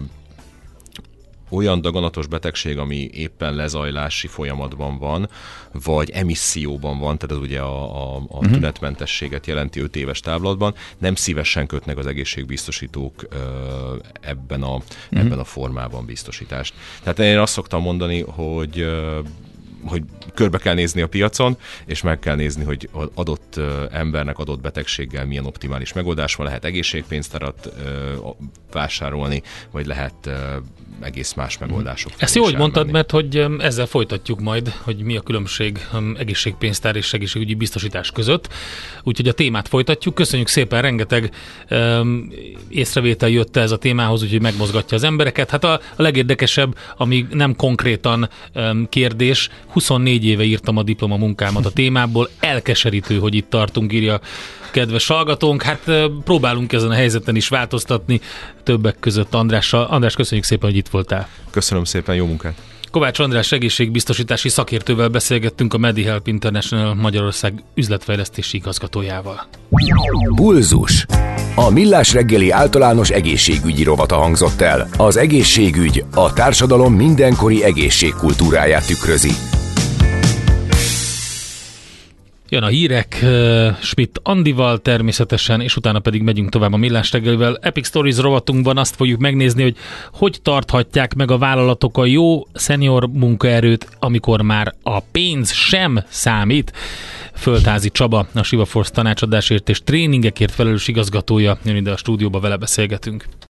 olyan daganatos betegség, ami éppen lezajlási folyamatban van, vagy emisszióban van, tehát ez ugye a tünetmentességet jelenti 5 éves távlatban, nem szívesen kötnek az egészségbiztosítók ebben a formában biztosítást. Tehát én azt szoktam mondani, hogy körbe kell nézni a piacon, és meg kell nézni, hogy adott embernek adott betegséggel milyen optimális megoldás van. Lehet egészségpénztárat vásárolni, vagy lehet egész más megoldások. Ezt jó, hogy mondtad, mert hogy ezzel folytatjuk majd, hogy mi a különbség egészségpénztár és egészségügyi biztosítás között. Úgyhogy a témát folytatjuk. Köszönjük szépen, rengeteg észrevétel jött ez a témához, úgyhogy megmozgatja az embereket. Hát a legérdekesebb, ami nem konkrétan kérdés, 24 éve írtam a diplomamunkámat a témából, elkeserítő, hogy itt tartunk, írja kedves hallgatónk. Hát próbálunk ezen a helyzeten is változtatni, többek között Andrással. András, köszönjük szépen, hogy itt voltál. Köszönöm szépen, jó munkát! Kovács András egészségbiztosítási szakértővel beszélgettünk, a MediHelp International Magyarország üzletfejlesztési igazgatójával. Pulzus. A Millás reggeli általános egészségügyi rovata hangzott el. Az egészségügy a társadalom mindenkori egészségkultúráját tükrözi. Jön a hírek Schmidt Andival természetesen, és utána pedig megyünk tovább a Millás reggelivel. Epic Stories rovatunkban azt fogjuk megnézni, hogy tarthatják meg a vállalatok a jó senior munkaerőt, amikor már a pénz sem számít. Földházi Csaba, a Siva Force tanácsadásért és tréningekért felelős igazgatója jön ide a stúdióba, vele beszélgetünk.